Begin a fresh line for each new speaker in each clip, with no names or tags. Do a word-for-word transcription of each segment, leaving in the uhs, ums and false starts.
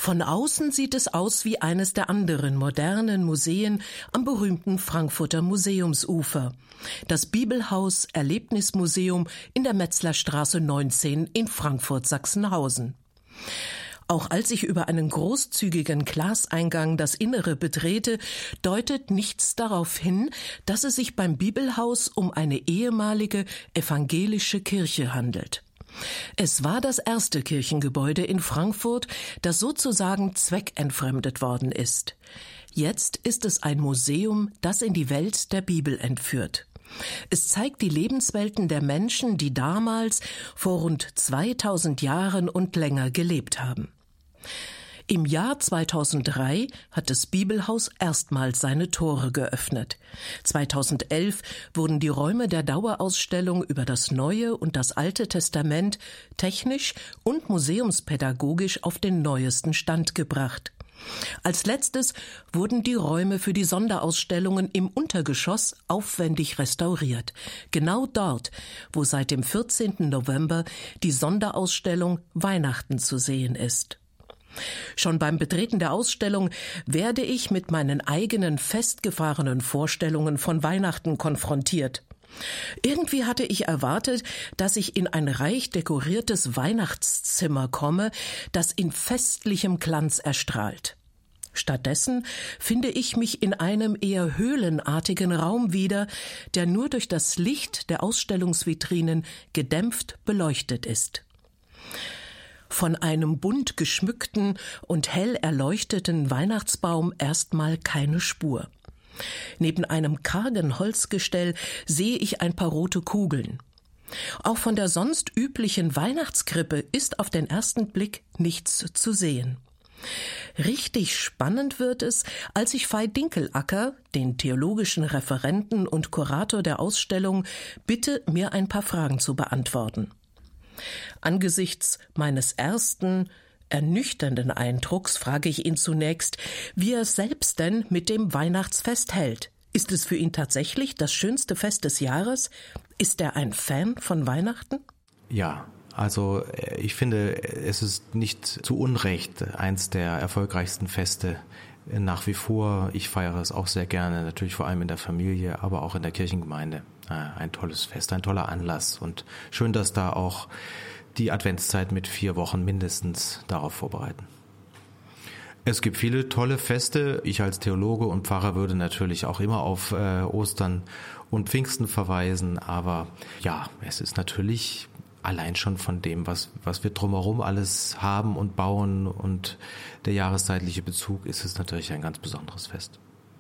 Von außen sieht es aus wie eines der anderen modernen Museen am berühmten Frankfurter Museumsufer. Das Bibelhaus Erlebnismuseum in der Metzlerstraße neunzehn in Frankfurt-Sachsenhausen. Auch als ich über einen großzügigen Glaseingang das Innere betrete, deutet nichts darauf hin, dass es sich beim Bibelhaus um eine ehemalige evangelische Kirche handelt. Es war das erste Kirchengebäude in Frankfurt, das sozusagen zweckentfremdet worden ist. Jetzt ist es ein Museum, das in die Welt der Bibel entführt. Es zeigt die Lebenswelten der Menschen, die damals vor rund zweitausend Jahren und länger gelebt haben. Im Jahr zweitausenddrei hat das Bibelhaus erstmals seine Tore geöffnet. zweitausendelf wurden die Räume der Dauerausstellung über das Neue und das Alte Testament technisch und museumspädagogisch auf den neuesten Stand gebracht. Als letztes wurden die Räume für die Sonderausstellungen im Untergeschoss aufwendig restauriert. Genau dort, wo seit dem vierzehnten November die Sonderausstellung Weihnachten zu sehen ist. Schon beim Betreten der Ausstellung werde ich mit meinen eigenen festgefahrenen Vorstellungen von Weihnachten konfrontiert. Irgendwie hatte ich erwartet, dass ich in ein reich dekoriertes Weihnachtszimmer komme, das in festlichem Glanz erstrahlt. Stattdessen finde ich mich in einem eher höhlenartigen Raum wieder, der nur durch das Licht der Ausstellungsvitrinen gedämpft beleuchtet ist. Von einem bunt geschmückten und hell erleuchteten Weihnachtsbaum erstmal keine Spur. Neben einem kargen Holzgestell sehe ich ein paar rote Kugeln. Auch von der sonst üblichen Weihnachtskrippe ist auf den ersten Blick nichts zu sehen. Richtig spannend wird es, als ich Veit Dinkelacker, den theologischen Referenten und Kurator der Ausstellung, bitte, mir ein paar Fragen zu beantworten. Angesichts meines ersten, ernüchternden Eindrucks frage ich ihn zunächst, wie er selbst denn mit dem Weihnachtsfest hält. Ist es für ihn tatsächlich das schönste Fest des Jahres? Ist er ein Fan von Weihnachten?
Ja, also ich finde, es ist nicht zu Unrecht eins der erfolgreichsten Feste nach wie vor. Ich feiere es auch sehr gerne, natürlich vor allem in der Familie, aber auch in der Kirchengemeinde. Ein tolles Fest, ein toller Anlass und schön, dass da auch die Adventszeit mit vier Wochen mindestens darauf vorbereiten. Es gibt viele tolle Feste. Ich als Theologe und Pfarrer würde natürlich auch immer auf äh, Ostern und Pfingsten verweisen, aber ja, es ist natürlich allein schon von dem, was, was wir drumherum alles haben und bauen und der jahreszeitliche Bezug, ist es natürlich ein ganz besonderes Fest.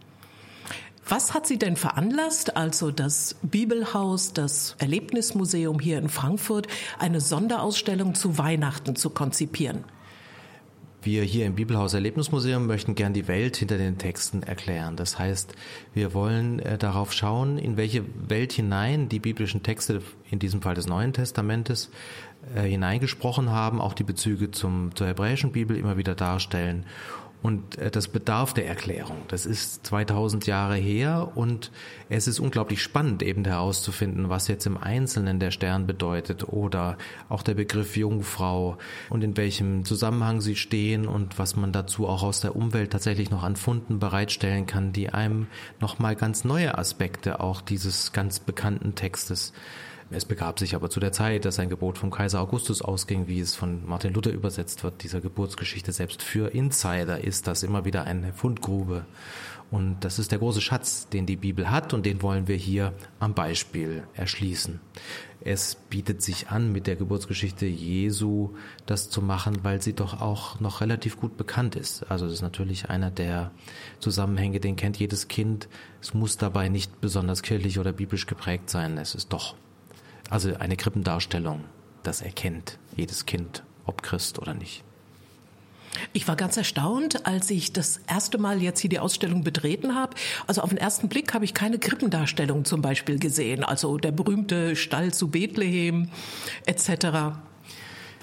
Was hat Sie denn veranlasst, also das Bibelhaus, das Erlebnismuseum hier in Frankfurt, eine Sonderausstellung zu Weihnachten zu konzipieren?
Wir hier im Bibelhaus Erlebnismuseum möchten gern die Welt hinter den Texten erklären. Das heißt, wir wollen äh, darauf schauen, in welche Welt hinein die biblischen Texte, in diesem Fall des Neuen Testamentes, äh, hineingesprochen haben, auch die Bezüge zum, zur hebräischen Bibel immer wieder darstellen. Und das bedarf der Erklärung. Das ist zweitausend Jahre her und es ist unglaublich spannend, eben herauszufinden, was jetzt im Einzelnen der Stern bedeutet oder auch der Begriff Jungfrau und in welchem Zusammenhang sie stehen und was man dazu auch aus der Umwelt tatsächlich noch an Funden bereitstellen kann, die einem nochmal ganz neue Aspekte auch dieses ganz bekannten Textes. Es begab sich aber zu der Zeit, dass ein Gebot vom Kaiser Augustus ausging, wie es von Martin Luther übersetzt wird, dieser Geburtsgeschichte. Selbst für Insider ist das immer wieder eine Fundgrube. Und das ist der große Schatz, den die Bibel hat und den wollen wir hier am Beispiel erschließen. Es bietet sich an, mit der Geburtsgeschichte Jesu das zu machen, weil sie doch auch noch relativ gut bekannt ist. Also das ist natürlich einer der Zusammenhänge, den kennt jedes Kind. Es muss dabei nicht besonders kirchlich oder biblisch geprägt sein. Es ist doch also eine Krippendarstellung, das erkennt jedes Kind, ob Christ oder nicht.
Ich war ganz erstaunt, als ich das erste Mal jetzt hier die Ausstellung betreten habe. Also auf den ersten Blick habe ich keine Krippendarstellung zum Beispiel gesehen. Also der berühmte Stall zu Bethlehem et cetera.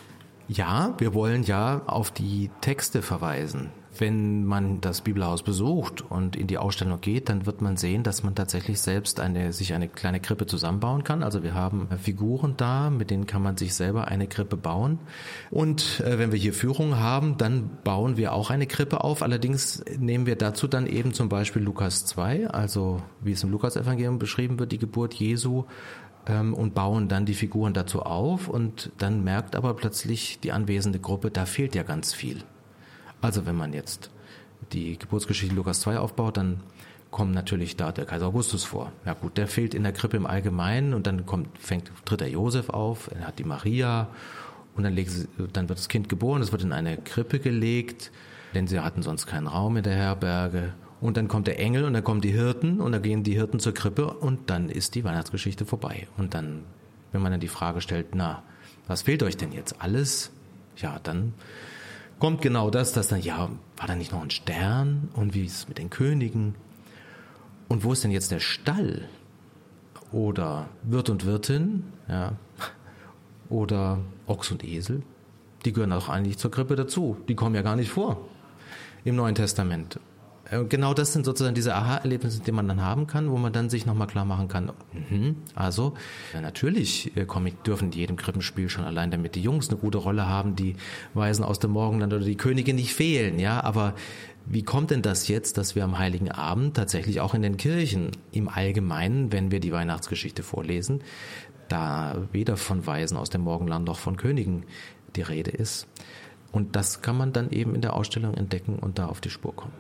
Ja, wir wollen ja auf die Texte verweisen. Wenn man das Bibelhaus besucht und in die Ausstellung geht, dann wird man sehen, dass man tatsächlich selbst eine, sich eine kleine Krippe zusammenbauen kann. Also wir haben Figuren da, mit denen kann man sich selber eine Krippe bauen. Und äh, wenn wir hier Führungen haben, dann bauen wir auch eine Krippe auf. Allerdings nehmen wir dazu dann eben zum Beispiel Lukas zwei, also wie es im Lukasevangelium beschrieben wird, die Geburt Jesu, ähm, und bauen dann die Figuren dazu auf. Und dann merkt aber plötzlich die anwesende Gruppe, da fehlt ja ganz viel. Also wenn man jetzt die Geburtsgeschichte Lukas zwei aufbaut, dann kommt natürlich da der Kaiser Augustus vor. Ja gut, der fehlt in der Krippe im Allgemeinen und dann kommt, fängt, tritt der Josef auf, er hat die Maria und dann, legt sie, dann wird das Kind geboren, es wird in eine Krippe gelegt, denn sie hatten sonst keinen Raum in der Herberge. Und dann kommt der Engel und dann kommen die Hirten und dann gehen die Hirten zur Krippe und dann ist die Weihnachtsgeschichte vorbei. Und dann, wenn man dann die Frage stellt, na, was fehlt euch denn jetzt alles? Ja, dann kommt genau das, dass dann, ja, war da nicht noch ein Stern und wie ist es mit den Königen? Und wo ist denn jetzt der Stall? Oder Wirt und Wirtin, ja, oder Ochs und Esel? Die gehören auch eigentlich zur Krippe dazu. Die kommen ja gar nicht vor im Neuen Testament. Genau das sind sozusagen diese Aha-Erlebnisse, die man dann haben kann, wo man dann sich nochmal klar machen kann, mhm, also ja, natürlich Comic dürfen in jedem Krippenspiel schon allein, damit die Jungs eine gute Rolle haben, die Weisen aus dem Morgenland oder die Könige nicht fehlen, ja, aber wie kommt denn das jetzt, dass wir am Heiligen Abend tatsächlich auch in den Kirchen im Allgemeinen, wenn wir die Weihnachtsgeschichte vorlesen, da weder von Weisen aus dem Morgenland noch von Königen die Rede ist? Und das kann man dann eben in der Ausstellung entdecken und da auf die Spur kommen.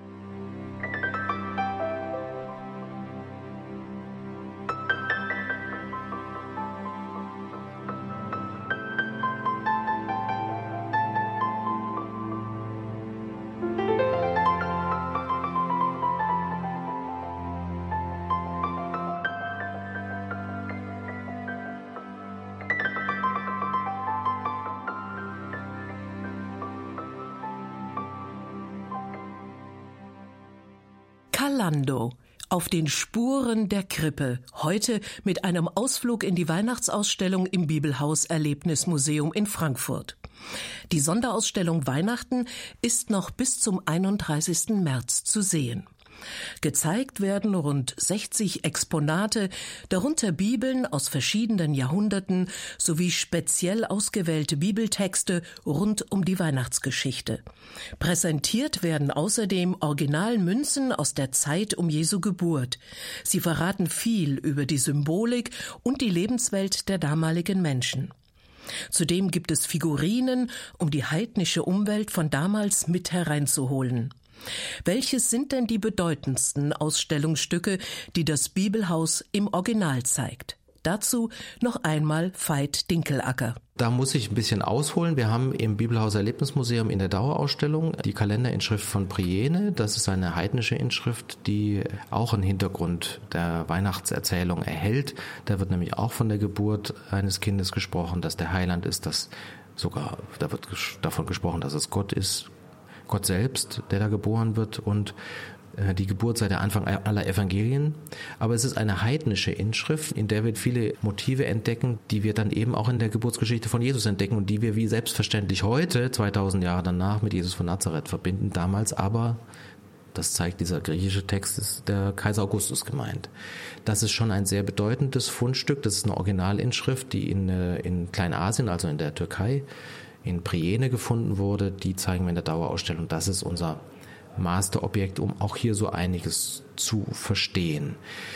Callando, auf den Spuren der Krippe, heute mit einem Ausflug in die Weihnachtsausstellung im Bibelhaus Erlebnismuseum in Frankfurt. Die Sonderausstellung Weihnachten ist noch bis zum einunddreißigsten März zu sehen. Gezeigt werden rund sechzig Exponate, darunter Bibeln aus verschiedenen Jahrhunderten sowie speziell ausgewählte Bibeltexte rund um die Weihnachtsgeschichte. Präsentiert werden außerdem Originalmünzen aus der Zeit um Jesu Geburt. Sie verraten viel über die Symbolik und die Lebenswelt der damaligen Menschen. Zudem gibt es Figurinen, um die heidnische Umwelt von damals mit hereinzuholen. Welches sind denn die bedeutendsten Ausstellungsstücke, die das Bibelhaus im Original zeigt? Dazu noch einmal Veit Dinkelacker.
Da muss ich ein bisschen ausholen. Wir haben im Bibelhaus Erlebnismuseum in der Dauerausstellung die Kalenderinschrift von Priene. Das ist eine heidnische Inschrift, die auch einen Hintergrund der Weihnachtserzählung erhält. Da wird nämlich auch von der Geburt eines Kindes gesprochen, dass der Heiland ist, dass sogar, da wird davon gesprochen, dass es Gott ist, Gott selbst, der da geboren wird und äh, die Geburt sei der Anfang aller Evangelien. Aber es ist eine heidnische Inschrift, in der wir viele Motive entdecken, die wir dann eben auch in der Geburtsgeschichte von Jesus entdecken und die wir wie selbstverständlich heute, zweitausend Jahre danach, mit Jesus von Nazareth verbinden. Damals aber, das zeigt dieser griechische Text, ist der Kaiser Augustus gemeint. Das ist schon ein sehr bedeutendes Fundstück. Das ist eine Originalinschrift, die in, in Kleinasien, also in der Türkei, in Priene gefunden wurde. Die zeigen wir in der Dauerausstellung. Das ist unser Masterobjekt, um auch hier so einiges zu verstehen.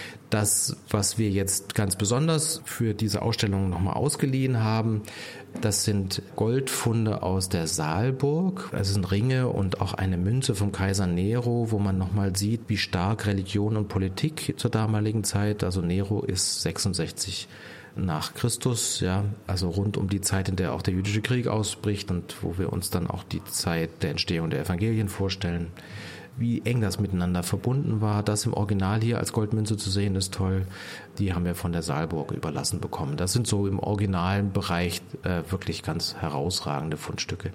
Das, was wir jetzt ganz besonders für diese Ausstellung nochmal ausgeliehen haben, das sind Goldfunde aus der Saalburg. Es sind Ringe und auch eine Münze vom Kaiser Nero, wo man nochmal sieht, wie stark Religion und Politik zur damaligen Zeit, also Nero ist sechsundsechzig nach Christus, ja, also rund um die Zeit, in der auch der jüdische Krieg ausbricht und wo wir uns dann auch die Zeit der Entstehung der Evangelien vorstellen. Wie eng das miteinander verbunden war, das im Original hier als Goldmünze zu sehen, ist toll. Die haben wir von der Saalburg überlassen bekommen. Das sind so im originalen Bereich äh, wirklich ganz herausragende Fundstücke.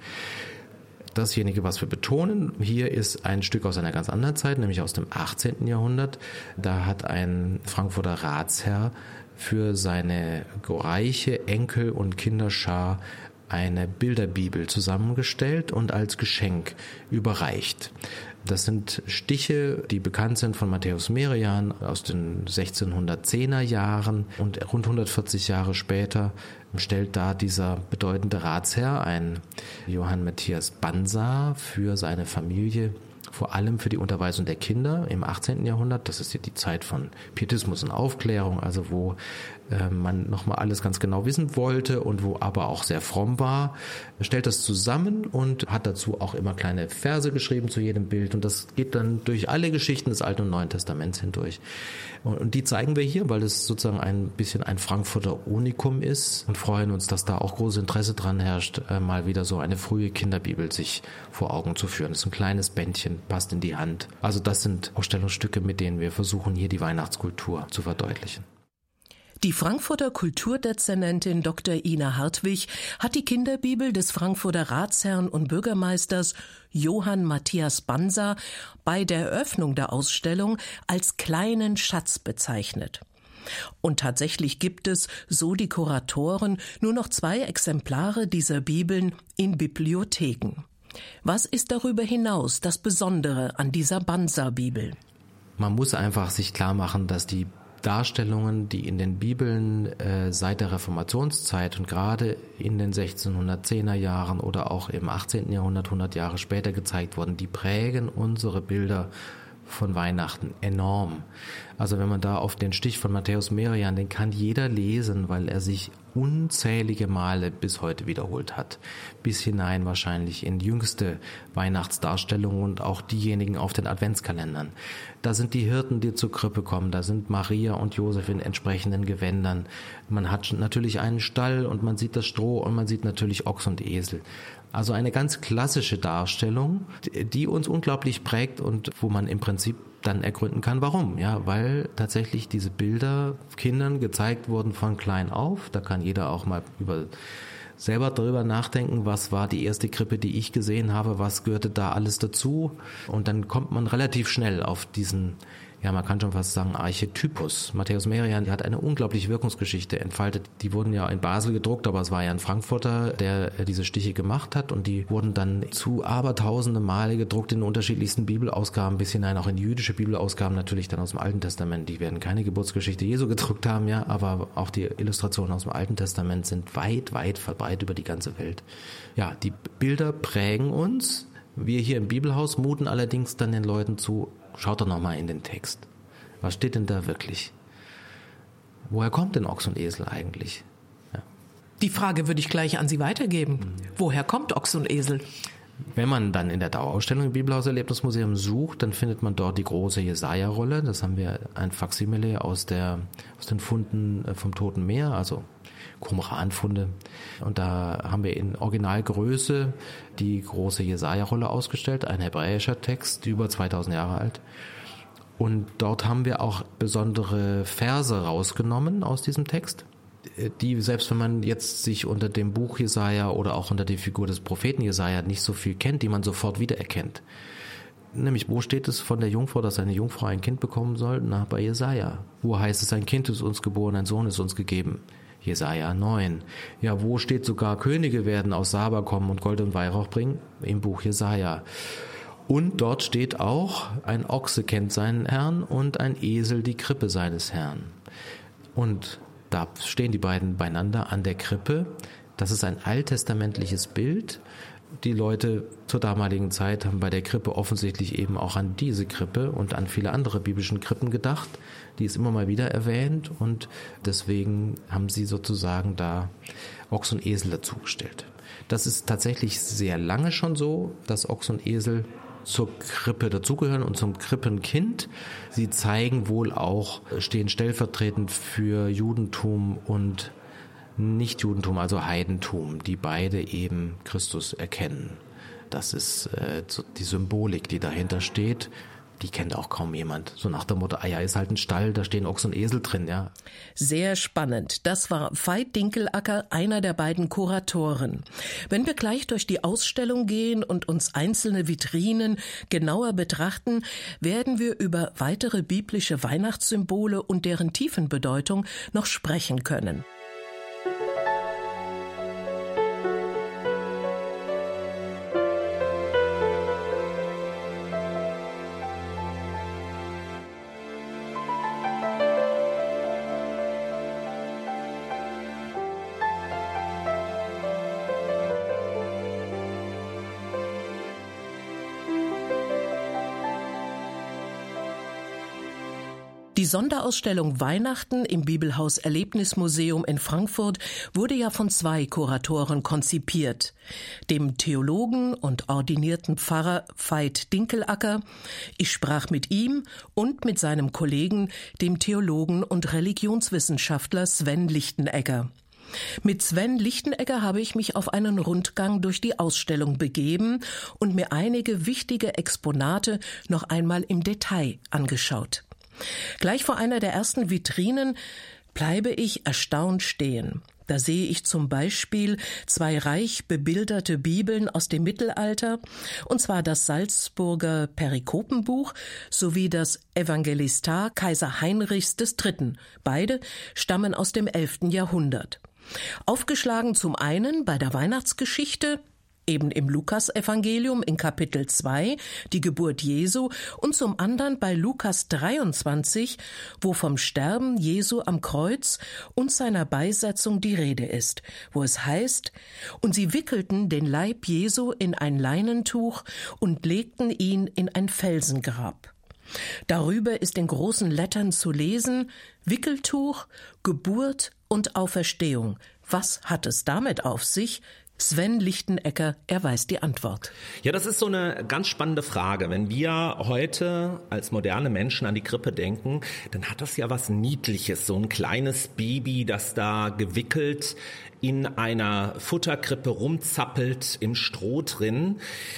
Dasjenige, was wir betonen, hier ist ein Stück aus einer ganz anderen Zeit, nämlich aus dem achtzehnten Jahrhundert. Da hat ein Frankfurter Ratsherr für seine reiche Enkel- und Kinderschar eine Bilderbibel zusammengestellt und als Geschenk überreicht. Das sind Stiche, die bekannt sind von Matthäus Merian aus den sechzehnhundertzehner Jahren, und rund hundertvierzig Jahre später stellt da dieser bedeutende Ratsherr, ein Johann Matthias Bansa, für seine Familie, vor allem für die Unterweisung der Kinder im achtzehnten Jahrhundert, das ist ja die Zeit von Pietismus und Aufklärung, also wo äh, man nochmal alles ganz genau wissen wollte und wo aber auch sehr fromm war, stellt das zusammen und hat dazu auch immer kleine Verse geschrieben zu jedem Bild, und das geht dann durch alle Geschichten des Alten und Neuen Testaments hindurch. Und, und die zeigen wir hier, weil es sozusagen ein bisschen ein Frankfurter Unikum ist, und freuen uns, dass da auch großes Interesse dran herrscht, äh, mal wieder so eine frühe Kinderbibel sich vor Augen zu führen. Das ist ein kleines Bändchen, passt in die Hand. Also das sind Ausstellungsstücke, mit denen wir versuchen, hier die Weihnachtskultur zu verdeutlichen.
Die Frankfurter Kulturdezernentin Doktor Ina Hartwig hat die Kinderbibel des Frankfurter Ratsherrn und Bürgermeisters Johann Matthias Bansa bei der Eröffnung der Ausstellung als kleinen Schatz bezeichnet. Und tatsächlich gibt es, so die Kuratoren, nur noch zwei Exemplare dieser Bibeln in Bibliotheken. Was ist darüber hinaus das Besondere an dieser Bansa-Bibel?
Man muss einfach sich klar machen, dass die Darstellungen, die in den Bibeln äh, seit der Reformationszeit und gerade in den sechzehnhundertzehner Jahren oder auch im achtzehnten Jahrhundert, hundert Jahre später gezeigt wurden, die prägen unsere Bilder von Weihnachten enorm. Also wenn man da auf den Stich von Matthäus Merian, den kann jeder lesen, weil er sich unzählige Male bis heute wiederholt hat. Bis hinein wahrscheinlich in jüngste Weihnachtsdarstellungen und auch diejenigen auf den Adventskalendern. Da sind die Hirten, die zur Krippe kommen, da sind Maria und Josef in entsprechenden Gewändern. Man hat natürlich einen Stall und man sieht das Stroh und man sieht natürlich Ochs und Esel. Also eine ganz klassische Darstellung, die uns unglaublich prägt und wo man im Prinzip dann ergründen kann, warum. Ja, weil tatsächlich diese Bilder Kindern gezeigt wurden von klein auf. Da kann jeder auch mal über selber darüber nachdenken, was war die erste Krippe, die ich gesehen habe, was gehörte da alles dazu. Und dann kommt man relativ schnell auf diesen, ja, man kann schon fast sagen, Archetypus. Matthäus Merian, die hat eine unglaubliche Wirkungsgeschichte entfaltet. Die wurden ja in Basel gedruckt, aber es war ja ein Frankfurter, der diese Stiche gemacht hat, und die wurden dann zu abertausende Male gedruckt in unterschiedlichsten Bibelausgaben, bis hinein auch in jüdische Bibelausgaben, natürlich dann aus dem Alten Testament. Die werden keine Geburtsgeschichte Jesu gedruckt haben, ja, aber auch die Illustrationen aus dem Alten Testament sind weit, weit verbreitet über die ganze Welt. Ja, die Bilder prägen uns. Wir hier im Bibelhaus muten allerdings dann den Leuten zu, schaut doch nochmal in den Text. Was steht denn da wirklich? Woher kommt denn Ochs und Esel eigentlich? Ja.
Die Frage würde ich gleich an Sie weitergeben. Mhm. Woher kommt Ochs und Esel?
Wenn man dann in der Dauerausstellung im Bibelhaus Erlebnismuseum sucht, dann findet man dort die große Jesaja-Rolle. Das haben wir ein Faksimile aus der, aus den Funden vom Toten Meer, also Qumran-Funde. Und da haben wir in Originalgröße die große Jesaja-Rolle ausgestellt, ein hebräischer Text, über zweitausend Jahre alt. Und dort haben wir auch besondere Verse rausgenommen aus diesem Text, die, selbst wenn man jetzt sich unter dem Buch Jesaja oder auch unter die Figur des Propheten Jesaja nicht so viel kennt, die man sofort wiedererkennt. Nämlich, wo steht es von der Jungfrau, dass eine Jungfrau ein Kind bekommen soll? Na, bei Jesaja. Wo heißt es, ein Kind ist uns geboren, ein Sohn ist uns gegeben? Jesaja neun. Ja, wo steht sogar, Könige werden aus Saba kommen und Gold und Weihrauch bringen? Im Buch Jesaja. Und dort steht auch, ein Ochse kennt seinen Herrn und ein Esel die Krippe seines Herrn. Und da stehen die beiden beieinander an der Krippe. Das ist ein alttestamentliches Bild. Die Leute zur damaligen Zeit haben bei der Krippe offensichtlich eben auch an diese Krippe und an viele andere biblischen Krippen gedacht. Die ist immer mal wieder erwähnt, und deswegen haben sie sozusagen da Ochs und Esel dazugestellt. Das ist tatsächlich sehr lange schon so, dass Ochs und Esel zur Krippe dazugehören und zum Krippenkind. Sie zeigen wohl auch, stehen stellvertretend für Judentum und Nicht-Judentum, also Heidentum, die beide eben Christus erkennen. Das ist äh, die Symbolik, die dahinter steht. Die kennt auch kaum jemand. So nach dem Motto, ah ja, ist halt ein Stall, da stehen Ochs und Esel drin, ja.
Sehr spannend. Das war Veit Dinkelacker, einer der beiden Kuratoren. Wenn wir gleich durch die Ausstellung gehen und uns einzelne Vitrinen genauer betrachten, werden wir über weitere biblische Weihnachtssymbole und deren Tiefenbedeutung noch sprechen können. Die Sonderausstellung Weihnachten im Bibelhaus Erlebnismuseum in Frankfurt wurde ja von zwei Kuratoren konzipiert. Dem Theologen und ordinierten Pfarrer Veit Dinkelacker. Ich sprach mit ihm und mit seinem Kollegen, dem Theologen und Religionswissenschaftler Sven Lichtenegger. Mit Sven Lichtenegger habe ich mich auf einen Rundgang durch die Ausstellung begeben und mir einige wichtige Exponate noch einmal im Detail angeschaut. Gleich vor einer der ersten Vitrinen bleibe ich erstaunt stehen. Da sehe ich zum Beispiel zwei reich bebilderte Bibeln aus dem Mittelalter, und zwar das Salzburger Perikopenbuch sowie das Evangelistar Kaiser Heinrichs des Dritten. Beide stammen aus dem elften Jahrhundert. Aufgeschlagen zum einen bei der Weihnachtsgeschichte, eben im Lukasevangelium in Kapitel zwei, die Geburt Jesu, und zum anderen bei Lukas dreiundzwanzig, wo vom Sterben Jesu am Kreuz und seiner Beisetzung die Rede ist, wo es heißt: Und sie wickelten den Leib Jesu in ein Leinentuch und legten ihn in ein Felsengrab. Darüber ist in großen Lettern zu lesen: Wickeltuch, Geburt und Auferstehung. Was hat es damit auf sich? Sven Lichtenegger, er weiß die Antwort.
Ja, das ist so eine ganz spannende Frage. Wenn wir heute als moderne Menschen an die Krippe denken, dann hat das ja was Niedliches, so ein kleines Baby, das da gewickelt in einer Futterkrippe rumzappelt, im Stroh drin.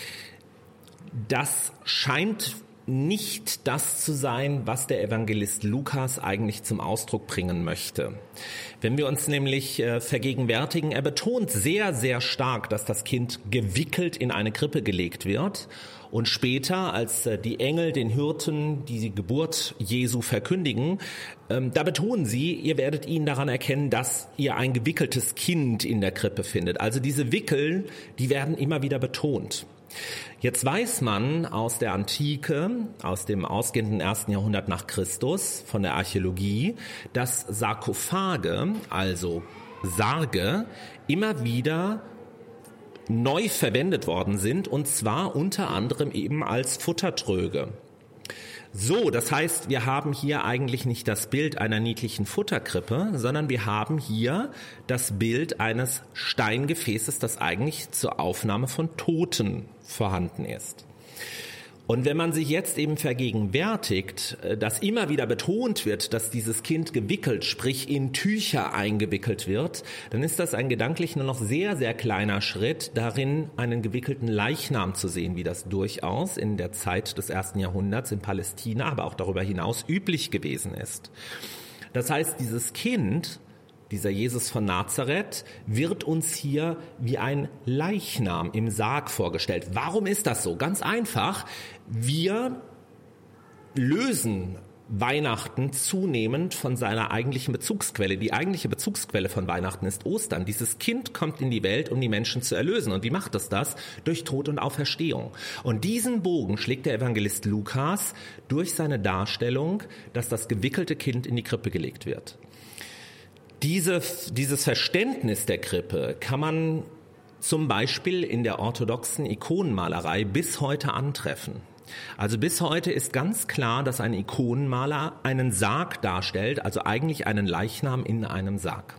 Das scheint nicht das zu sein, was der Evangelist Lukas eigentlich zum Ausdruck bringen möchte. Wenn wir uns nämlich äh, vergegenwärtigen, er betont sehr, sehr stark, dass das Kind gewickelt in eine Krippe gelegt wird. Und später, als äh, die Engel den Hirten die Geburt Jesu verkündigen, ähm, da betonen sie, ihr werdet ihn daran erkennen, dass ihr ein gewickeltes Kind in der Krippe findet. Also diese Wickel, die werden immer wieder betont. Jetzt weiß man aus der Antike, aus dem ausgehenden ersten Jahrhundert nach Christus, von der Archäologie, dass Sarkophage, also Sarge, immer wieder neu verwendet worden sind, und zwar unter anderem eben als Futtertröge. So, das heißt, wir haben hier eigentlich nicht das Bild einer niedlichen Futterkrippe, sondern wir haben hier das Bild eines Steingefäßes, das eigentlich zur Aufnahme von Toten vorhanden ist. Und wenn man sich jetzt eben vergegenwärtigt, dass immer wieder betont wird, dass dieses Kind gewickelt, sprich in Tücher eingewickelt wird, dann ist das ein gedanklich nur noch sehr, sehr kleiner Schritt, darin einen gewickelten Leichnam zu sehen, wie das durchaus in der Zeit des ersten Jahrhunderts in Palästina, aber auch darüber hinaus üblich gewesen ist. Das heißt, dieses Kind, dieser Jesus von Nazareth, wird uns hier wie ein Leichnam im Sarg vorgestellt. Warum ist das so? Ganz einfach. Wir lösen Weihnachten zunehmend von seiner eigentlichen Bezugsquelle. Die eigentliche Bezugsquelle von Weihnachten ist Ostern. Dieses Kind kommt in die Welt, um die Menschen zu erlösen. Und wie macht es das? Durch Tod und Auferstehung. Und diesen Bogen schlägt der Evangelist Lukas durch seine Darstellung, dass das gewickelte Kind in die Krippe gelegt wird. Diese, dieses Verständnis der Krippe kann man zum Beispiel in der orthodoxen Ikonenmalerei bis heute antreffen. Also bis heute ist ganz klar, dass ein Ikonenmaler einen Sarg darstellt, also eigentlich einen Leichnam in einem Sarg.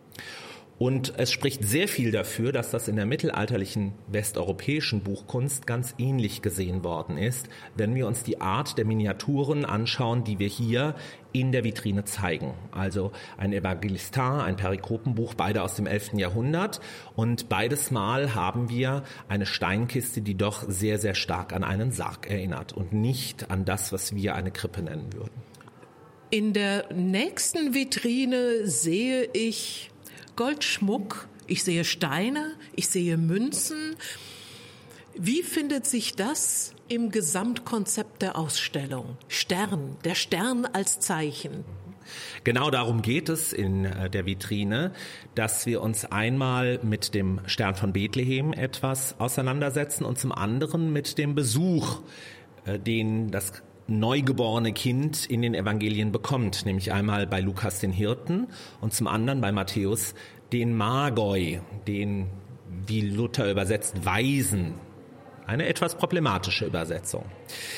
Und es spricht sehr viel dafür, dass das in der mittelalterlichen westeuropäischen Buchkunst ganz ähnlich gesehen worden ist, wenn wir uns die Art der Miniaturen anschauen, die wir hier in der Vitrine zeigen. Also ein Evangelistar, ein Perikopenbuch, beide aus dem elften Jahrhundert. Und beides Mal haben wir eine Steinkiste, die doch sehr, sehr stark an einen Sarg erinnert und nicht an das, was wir eine Krippe nennen würden.
In der nächsten Vitrine sehe ich Goldschmuck, ich sehe Steine, ich sehe Münzen. Wie findet sich das im Gesamtkonzept der Ausstellung? Stern, der Stern als Zeichen.
Genau darum geht es in der Vitrine, dass wir uns einmal mit dem Stern von Bethlehem etwas auseinandersetzen und zum anderen mit dem Besuch, den das neugeborene Kind in den Evangelien bekommt, nämlich einmal bei Lukas den Hirten und zum anderen bei Matthäus den Magoi, den, wie Luther übersetzt, Weisen. Eine etwas problematische Übersetzung.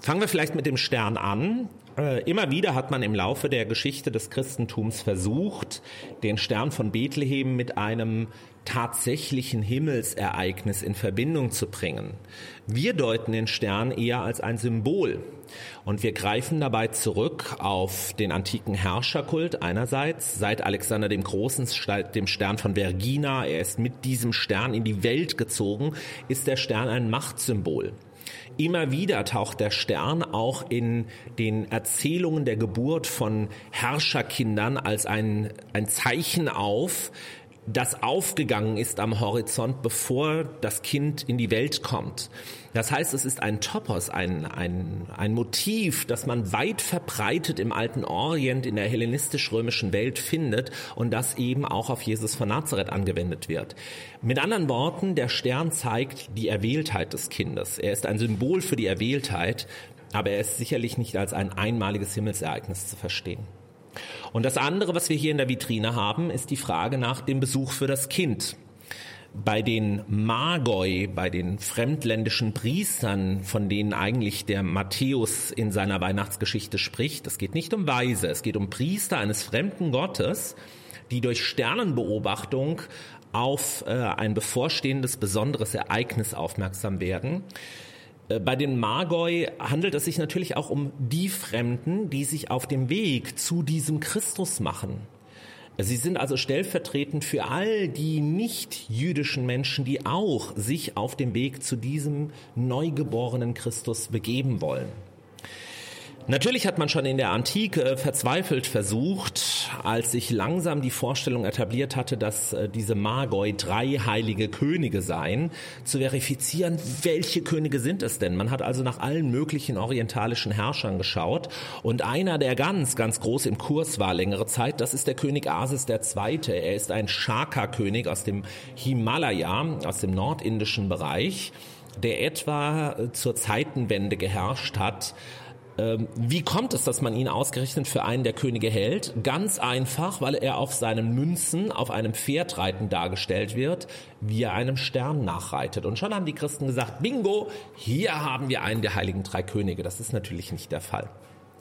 Fangen wir vielleicht mit dem Stern an. Äh, immer wieder hat man im Laufe der Geschichte des Christentums versucht, den Stern von Bethlehem mit einem tatsächlichen Himmelsereignis in Verbindung zu bringen. Wir deuten den Stern eher als ein Symbol. Und wir greifen dabei zurück auf den antiken Herrscherkult einerseits, seit Alexander dem Großen, dem Stern von Vergina, er ist mit diesem Stern in die Welt gezogen, ist der Stern ein Machtsymbol. Immer wieder taucht der Stern auch in den Erzählungen der Geburt von Herrscherkindern als ein, ein Zeichen auf, das aufgegangen ist am Horizont, bevor das Kind in die Welt kommt. Das heißt, es ist ein Topos, ein, ein, ein Motiv, das man weit verbreitet im alten Orient, in der hellenistisch-römischen Welt findet und das eben auch auf Jesus von Nazareth angewendet wird. Mit anderen Worten, der Stern zeigt die Erwähltheit des Kindes. Er ist ein Symbol für die Erwähltheit, aber er ist sicherlich nicht als ein einmaliges Himmelsereignis zu verstehen. Und das andere, was wir hier in der Vitrine haben, ist die Frage nach dem Besuch für das Kind. Bei den Magoi, bei den fremdländischen Priestern, von denen eigentlich der Matthäus in seiner Weihnachtsgeschichte spricht, es geht nicht um Weise, es geht um Priester eines fremden Gottes, die durch Sternenbeobachtung auf äh, ein bevorstehendes besonderes Ereignis aufmerksam werden. Bei den Magoi handelt es sich natürlich auch um die Fremden, die sich auf dem Weg zu diesem Christus machen. Sie sind also stellvertretend für all die nicht-jüdischen Menschen, die auch sich auf dem Weg zu diesem neugeborenen Christus begeben wollen. Natürlich hat man schon in der Antike verzweifelt versucht, als sich langsam die Vorstellung etabliert hatte, dass diese Magoi drei heilige Könige seien, zu verifizieren, welche Könige sind es denn? Man hat also nach allen möglichen orientalischen Herrschern geschaut und einer, der ganz, ganz groß im Kurs war längere Zeit, das ist der König Asis der Zweite. Er ist ein Shaka-König aus dem Himalaya, aus dem nordindischen Bereich, der etwa zur Zeitenwende geherrscht hat. Wie kommt es, dass man ihn ausgerechnet für einen der Könige hält? Ganz einfach, weil er auf seinen Münzen auf einem Pferd reitend dargestellt wird, wie er einem Stern nachreitet. Und schon haben die Christen gesagt, bingo, hier haben wir einen der heiligen drei Könige. Das ist natürlich nicht der Fall.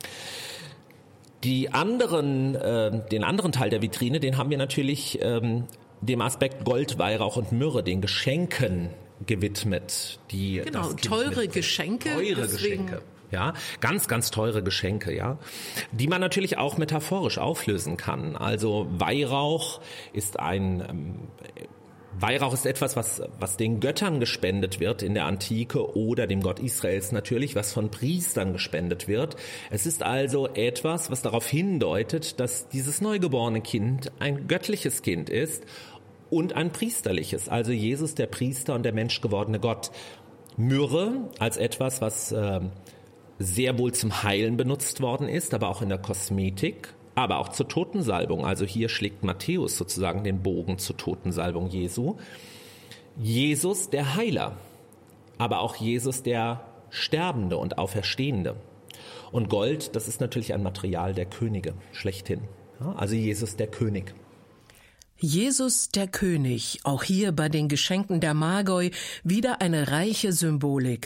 Die anderen, äh, den anderen Teil der Vitrine, den haben wir natürlich ähm, dem Aspekt Gold, Weihrauch und Myrrhe, den Geschenken gewidmet. Die
genau,
das
teure Geschenke.
Teure Geschenke. Ja, ganz, ganz teure Geschenke, ja, die man natürlich auch metaphorisch auflösen kann. Also Weihrauch ist ein, ähm, Weihrauch ist etwas, was, was den Göttern gespendet wird in der Antike oder dem Gott Israels natürlich, was von Priestern gespendet wird. Es ist also etwas, was darauf hindeutet, dass dieses neugeborene Kind ein göttliches Kind ist und ein priesterliches, also Jesus, der Priester und der menschgewordene Gott. Myrrhe als etwas, was äh, sehr wohl zum Heilen benutzt worden ist, aber auch in der Kosmetik, aber auch zur Totensalbung. Also hier schlägt Matthäus sozusagen den Bogen zur Totensalbung Jesu. Jesus der Heiler, aber auch Jesus der Sterbende und Auferstehende. Und Gold, das ist natürlich ein Material der Könige, schlechthin. Ja, also Jesus der König.
Jesus der König, auch hier bei den Geschenken der Magoi wieder eine reiche Symbolik.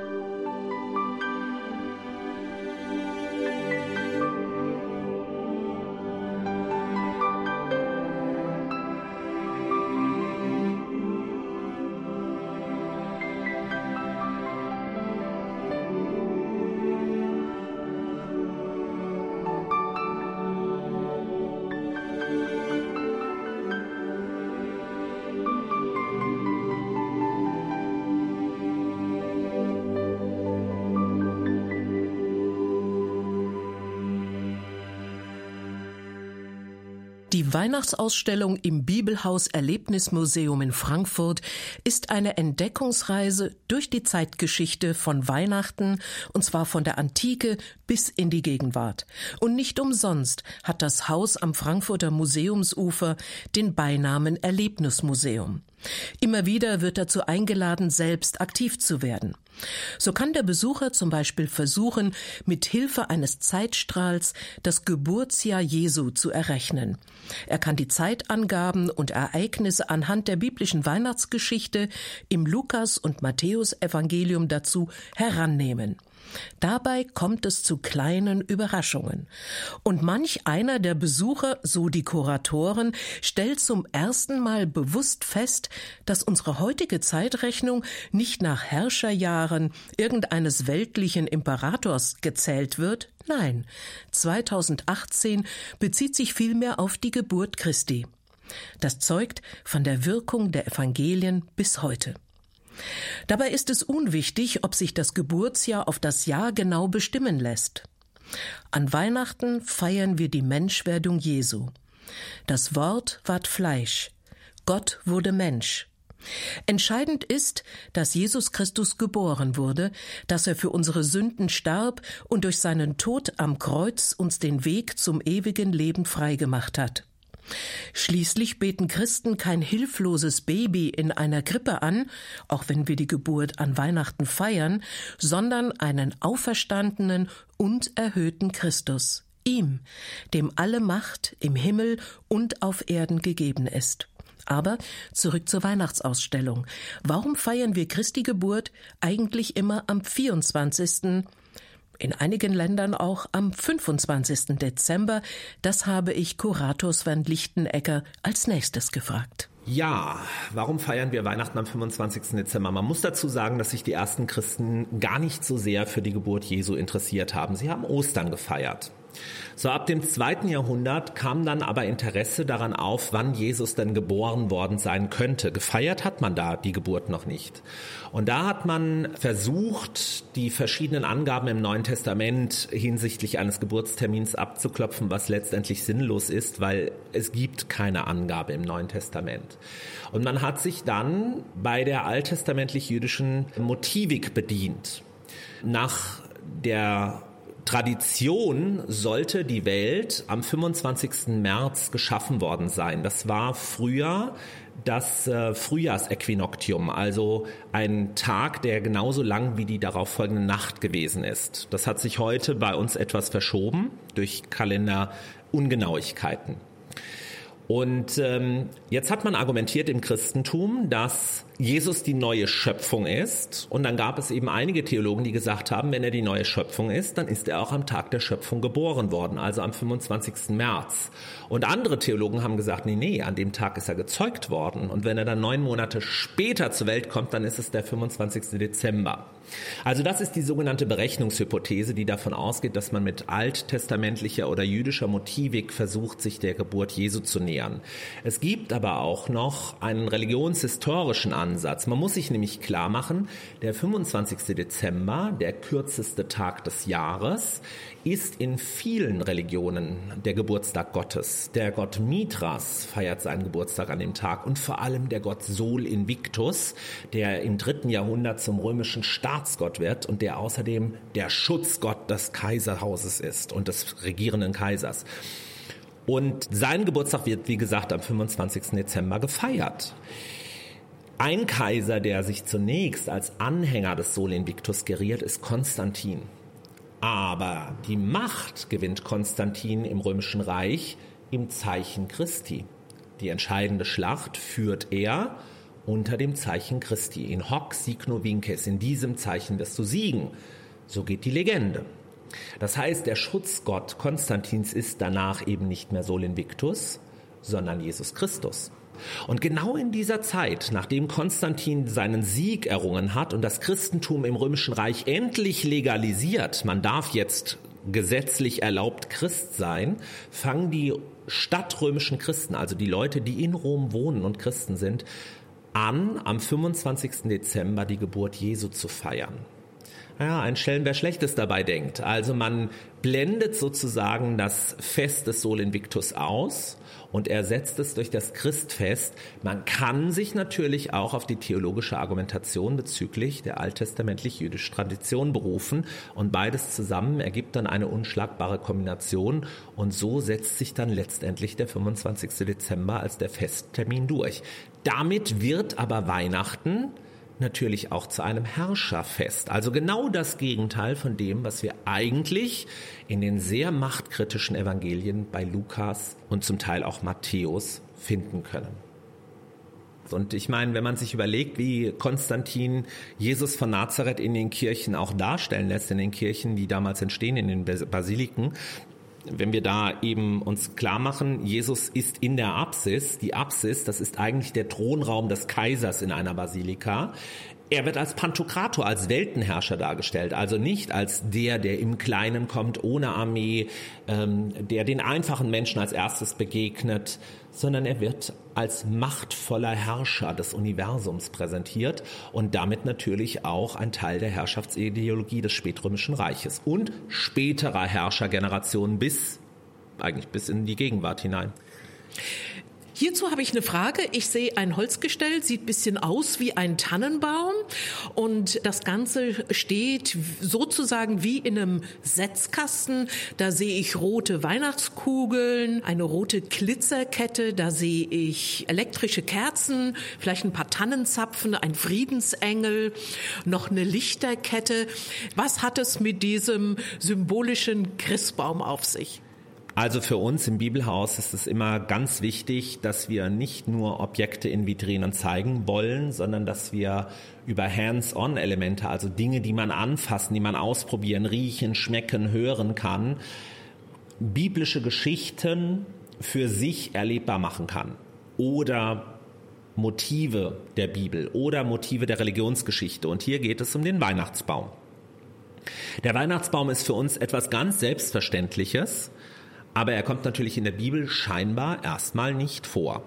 Die Weihnachtsausstellung im Bibelhaus Erlebnismuseum in Frankfurt ist eine Entdeckungsreise durch die Zeitgeschichte von Weihnachten, und zwar von der Antike bis in die Gegenwart. Und nicht umsonst hat das Haus am Frankfurter Museumsufer den Beinamen Erlebnismuseum. Immer wieder wird dazu eingeladen, selbst aktiv zu werden. So kann der Besucher zum Beispiel versuchen, mit Hilfe eines Zeitstrahls das Geburtsjahr Jesu zu errechnen. Er kann die Zeitangaben und Ereignisse anhand der biblischen Weihnachtsgeschichte im Lukas- und Matthäus-Evangelium dazu herannehmen. Dabei kommt es zu kleinen Überraschungen. Und manch einer der Besucher, so die Kuratoren, stellt zum ersten Mal bewusst fest, dass unsere heutige Zeitrechnung nicht nach Herrscherjahren irgendeines weltlichen Imperators gezählt wird. Nein, zweitausendachtzehn bezieht sich vielmehr auf die Geburt Christi. Das zeugt von der Wirkung der Evangelien bis heute. Dabei ist es unwichtig, ob sich das Geburtsjahr auf das Jahr genau bestimmen lässt. An Weihnachten feiern wir die Menschwerdung Jesu. Das Wort ward Fleisch. Gott wurde Mensch. Entscheidend ist, dass Jesus Christus geboren wurde, dass er für unsere Sünden starb und durch seinen Tod am Kreuz uns den Weg zum ewigen Leben freigemacht hat. Schließlich beten Christen kein hilfloses Baby in einer Krippe an, auch wenn wir die Geburt an Weihnachten feiern, sondern einen auferstandenen und erhöhten Christus, ihm, dem alle Macht im Himmel und auf Erden gegeben ist. Aber zurück zur Weihnachtsausstellung. Warum feiern wir Christi Geburt eigentlich immer am vierundzwanzigsten In einigen Ländern auch am fünfundzwanzigsten Dezember. Das habe ich Kurator Sven Lichtenegger als nächstes gefragt.
Ja, warum feiern wir Weihnachten am fünfundzwanzigsten Dezember? Man muss dazu sagen, dass sich die ersten Christen gar nicht so sehr für die Geburt Jesu interessiert haben. Sie haben Ostern gefeiert. So ab dem zweiten Jahrhundert kam dann aber Interesse daran auf, wann Jesus denn geboren worden sein könnte. Gefeiert hat man da die Geburt noch nicht. Und da hat man versucht, die verschiedenen Angaben im Neuen Testament hinsichtlich eines Geburtstermins abzuklopfen, was letztendlich sinnlos ist, weil es gibt keine Angabe im Neuen Testament. Und man hat sich dann bei der alttestamentlich-jüdischen Motivik bedient. Nach der Tradition sollte die Welt am fünfundzwanzigsten März geschaffen worden sein. Das war früher das äh, Frühjahrsäquinoktium, also ein Tag, der genauso lang wie die darauf folgende Nacht gewesen ist. Das hat sich heute bei uns etwas verschoben durch Kalenderungenauigkeiten. Und ähm, jetzt hat man argumentiert im Christentum, dass Jesus die neue Schöpfung ist. Und dann gab es eben einige Theologen, die gesagt haben, wenn er die neue Schöpfung ist, dann ist er auch am Tag der Schöpfung geboren worden, also am fünfundzwanzigsten März. Und andere Theologen haben gesagt, nee, nee, an dem Tag ist er gezeugt worden. Und wenn er dann neun Monate später zur Welt kommt, dann ist es der fünfundzwanzigsten Dezember. Also das ist die sogenannte Berechnungshypothese, die davon ausgeht, dass man mit alttestamentlicher oder jüdischer Motivik versucht, sich der Geburt Jesu zu nähern. Es gibt aber auch noch einen religionshistorischen Ansatz. Man muss sich nämlich klar machen, der fünfundzwanzigsten Dezember, der kürzeste Tag des Jahres, ist in vielen Religionen der Geburtstag Gottes. Der Gott Mithras feiert seinen Geburtstag an dem Tag und vor allem der Gott Sol Invictus, der im dritten Jahrhundert zum römischen Staatsgott wird und der außerdem der Schutzgott des Kaiserhauses ist und des regierenden Kaisers. Und sein Geburtstag wird, wie gesagt, am fünfundzwanzigsten Dezember gefeiert. Ein Kaiser, der sich zunächst als Anhänger des Sol Invictus geriert, ist Konstantin. Aber die Macht gewinnt Konstantin im Römischen Reich im Zeichen Christi. Die entscheidende Schlacht führt er unter dem Zeichen Christi. In hoc signo vinces, in diesem Zeichen wirst du siegen. So geht die Legende. Das heißt, der Schutzgott Konstantins ist danach eben nicht mehr Sol Invictus, sondern Jesus Christus. Und genau in dieser Zeit, nachdem Konstantin seinen Sieg errungen hat und das Christentum im Römischen Reich endlich legalisiert, man darf jetzt gesetzlich erlaubt Christ sein, fangen die stadtrömischen Christen, also die Leute, die in Rom wohnen und Christen sind, an, am fünfundzwanzigsten Dezember die Geburt Jesu zu feiern. Ja, ein Schelm, wer Schlechtes dabei denkt. Also man blendet sozusagen das Fest des Sol Invictus aus und ersetzt es durch das Christfest. Man kann sich natürlich auch auf die theologische Argumentation bezüglich der alttestamentlich-jüdischen Tradition berufen und beides zusammen ergibt dann eine unschlagbare Kombination und so setzt sich dann letztendlich der fünfundzwanzigsten Dezember als der Festtermin durch. Damit wird aber Weihnachten natürlich auch zu einem Herrscherfest. Also genau das Gegenteil von dem, was wir eigentlich in den sehr machtkritischen Evangelien bei Lukas und zum Teil auch Matthäus finden können. Und ich meine, wenn man sich überlegt, wie Konstantin Jesus von Nazareth in den Kirchen auch darstellen lässt, in den Kirchen, die damals entstehen, in den Basiliken, wenn wir da eben uns klar machen, Jesus ist in der Apsis. Die Apsis, das ist eigentlich der Thronraum des Kaisers in einer Basilika. Er wird als Pantokrator, als Weltenherrscher dargestellt, also nicht als der, der im Kleinen kommt, ohne Armee, ähm, der den einfachen Menschen als erstes begegnet, sondern er wird als machtvoller Herrscher des Universums präsentiert und damit natürlich auch ein Teil der Herrschaftsideologie des spätrömischen Reiches und späterer Herrschergenerationen bis, eigentlich bis in die Gegenwart hinein.
Hierzu habe ich eine Frage. Ich sehe ein Holzgestell, sieht ein bisschen aus wie ein Tannenbaum und das Ganze steht sozusagen wie in einem Setzkasten. Da sehe ich rote Weihnachtskugeln, eine rote Glitzerkette, da sehe ich elektrische Kerzen, vielleicht ein paar Tannenzapfen, ein Friedensengel, noch eine Lichterkette. Was hat es mit diesem symbolischen Christbaum auf sich?
Also für uns im Bibelhaus ist es immer ganz wichtig, dass wir nicht nur Objekte in Vitrinen zeigen wollen, sondern dass wir über Hands-on-Elemente, also Dinge, die man anfassen, die man ausprobieren, riechen, schmecken, hören kann, biblische Geschichten für sich erlebbar machen kann. Oder Motive der Bibel oder Motive der Religionsgeschichte. Und hier geht es um den Weihnachtsbaum. Der Weihnachtsbaum ist für uns etwas ganz Selbstverständliches, aber er kommt natürlich in der Bibel scheinbar erstmal nicht vor.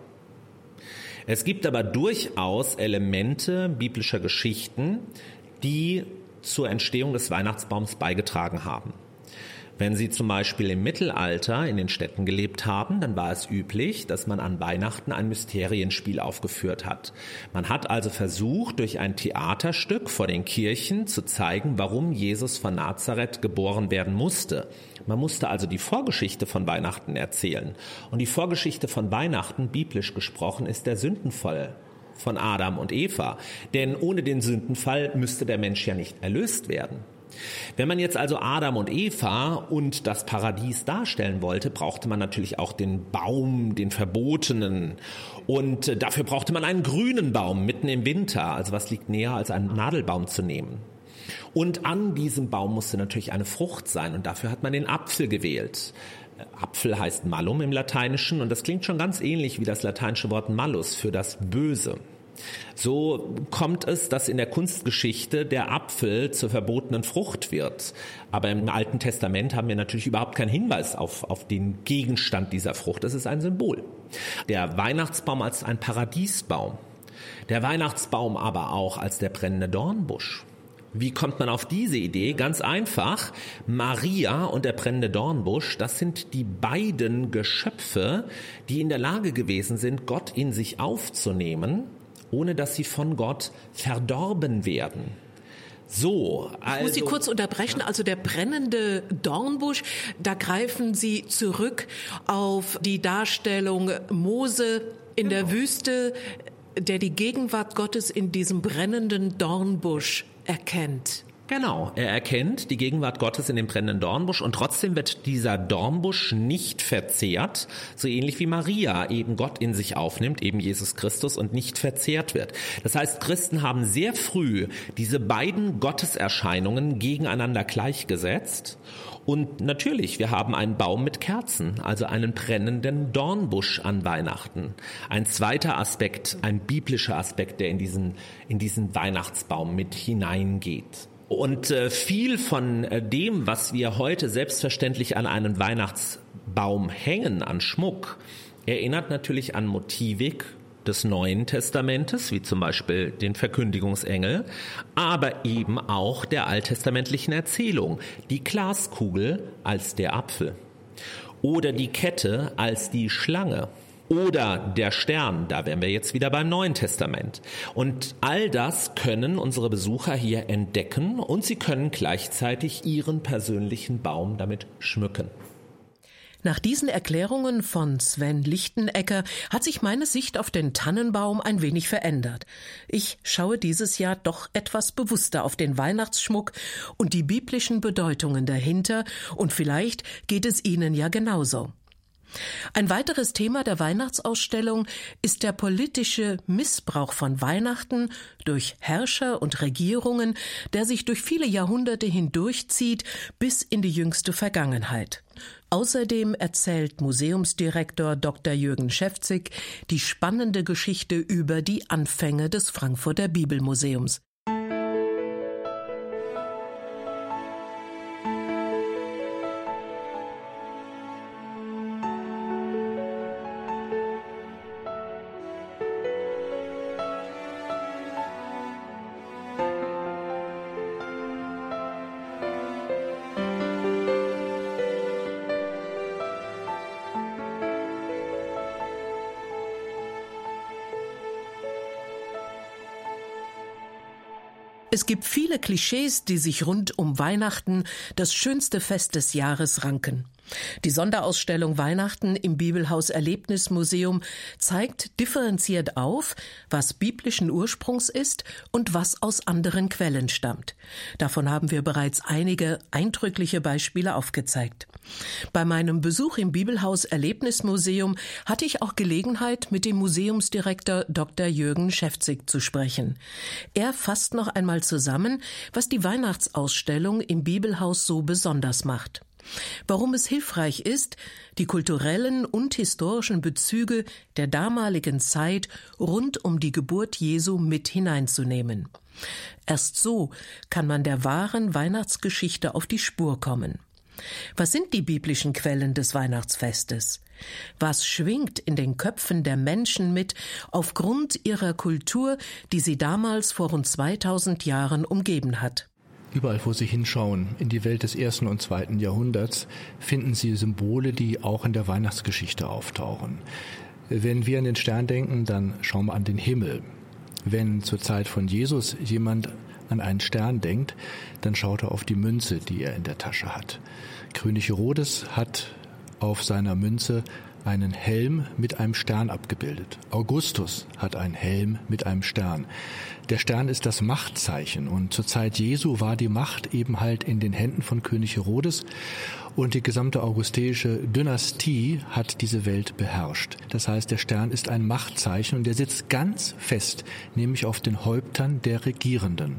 Es gibt aber durchaus Elemente biblischer Geschichten, die zur Entstehung des Weihnachtsbaums beigetragen haben. Wenn Sie zum Beispiel im Mittelalter in den Städten gelebt haben, dann war es üblich, dass man an Weihnachten ein Mysterienspiel aufgeführt hat. Man hat also versucht, durch ein Theaterstück vor den Kirchen zu zeigen, warum Jesus von Nazareth geboren werden musste. Man musste also die Vorgeschichte von Weihnachten erzählen. Und die Vorgeschichte von Weihnachten, biblisch gesprochen, ist der Sündenfall von Adam und Eva. Denn ohne den Sündenfall müsste der Mensch ja nicht erlöst werden. Wenn man jetzt also Adam und Eva und das Paradies darstellen wollte, brauchte man natürlich auch den Baum, den Verbotenen. Und dafür brauchte man einen grünen Baum mitten im Winter. Also was liegt näher, als einen Nadelbaum zu nehmen? Und an diesem Baum musste natürlich eine Frucht sein. Und dafür hat man den Apfel gewählt. Apfel heißt Malum im Lateinischen. Und das klingt schon ganz ähnlich wie das lateinische Wort Malus für das Böse. So kommt es, dass in der Kunstgeschichte der Apfel zur verbotenen Frucht wird. Aber im Alten Testament haben wir natürlich überhaupt keinen Hinweis auf, auf den Gegenstand dieser Frucht. Das ist ein Symbol. Der Weihnachtsbaum als ein Paradiesbaum. Der Weihnachtsbaum aber auch als der brennende Dornbusch. Wie kommt man auf diese Idee? Ganz einfach. Maria und der brennende Dornbusch, das sind die beiden Geschöpfe, die in der Lage gewesen sind, Gott in sich aufzunehmen, ohne dass sie von Gott verdorben werden. So, also,
ich muss Sie kurz unterbrechen. Also der brennende Dornbusch, da greifen Sie zurück auf die Darstellung Mose in genau. der Wüste, der die Gegenwart Gottes in diesem brennenden Dornbusch erkennt.
Genau, er erkennt die Gegenwart Gottes in dem brennenden Dornbusch und trotzdem wird dieser Dornbusch nicht verzehrt, so ähnlich wie Maria eben Gott in sich aufnimmt, eben Jesus Christus, und nicht verzehrt wird. Das heißt, Christen haben sehr früh diese beiden Gotteserscheinungen gegeneinander gleichgesetzt. Und natürlich, wir haben einen Baum mit Kerzen, also einen brennenden Dornbusch an Weihnachten. Ein zweiter Aspekt, ein biblischer Aspekt, der in diesen, in diesen Weihnachtsbaum mit hineingeht. Und äh, viel von äh, dem, was wir heute selbstverständlich an einen Weihnachtsbaum hängen, an Schmuck, erinnert natürlich an Motivik des Neuen Testamentes, wie zum Beispiel den Verkündigungsengel, aber eben auch der alttestamentlichen Erzählung, die Glaskugel als der Apfel oder die Kette als die Schlange. Oder der Stern, da wären wir jetzt wieder beim Neuen Testament. Und all das können unsere Besucher hier entdecken und sie können gleichzeitig ihren persönlichen Baum damit schmücken.
Nach diesen Erklärungen von Sven Lichtenecker hat sich meine Sicht auf den Tannenbaum ein wenig verändert. Ich schaue dieses Jahr doch etwas bewusster auf den Weihnachtsschmuck und die biblischen Bedeutungen dahinter, und vielleicht geht es Ihnen ja genauso. Ein weiteres Thema der Weihnachtsausstellung ist der politische Missbrauch von Weihnachten durch Herrscher und Regierungen, der sich durch viele Jahrhunderte hindurchzieht bis in die jüngste Vergangenheit. Außerdem erzählt Museumsdirektor Doktor Jürgen Schäfzig die spannende Geschichte über die Anfänge des Frankfurter Bibelmuseums. Es gibt viele Klischees, die sich rund um Weihnachten, das schönste Fest des Jahres, ranken. Die Sonderausstellung Weihnachten im Bibelhaus Erlebnismuseum zeigt differenziert auf, was biblischen Ursprungs ist und was aus anderen Quellen stammt. Davon haben wir bereits einige eindrückliche Beispiele aufgezeigt. Bei meinem Besuch im Bibelhaus Erlebnismuseum hatte ich auch Gelegenheit, mit dem Museumsdirektor Doktor Jürgen Schäfzig zu sprechen. Er fasst noch einmal zusammen, was die Weihnachtsausstellung im Bibelhaus so besonders macht. Warum es hilfreich ist, die kulturellen und historischen Bezüge der damaligen Zeit rund um die Geburt Jesu mit hineinzunehmen. Erst so kann man der wahren Weihnachtsgeschichte auf die Spur kommen. Was sind die biblischen Quellen des Weihnachtsfestes? Was schwingt in den Köpfen der Menschen mit aufgrund ihrer Kultur, die sie damals vor rund zweitausend Jahren umgeben hat?
Überall, wo Sie hinschauen, in die Welt des ersten und zweiten Jahrhunderts, finden Sie Symbole, die auch in der Weihnachtsgeschichte auftauchen. Wenn wir an den Stern denken, dann schauen wir an den Himmel. Wenn zur Zeit von Jesus jemand an einen Stern denkt, dann schaut er auf die Münze, die er in der Tasche hat. König Herodes hat auf seiner Münze einen Helm mit einem Stern abgebildet. Augustus hat einen Helm mit einem Stern. Der Stern ist das Machtzeichen, und zur Zeit Jesu war die Macht eben halt in den Händen von König Herodes, und die gesamte augustische Dynastie hat diese Welt beherrscht. Das heißt, der Stern ist ein Machtzeichen, und der sitzt ganz fest, nämlich auf den Häuptern der Regierenden.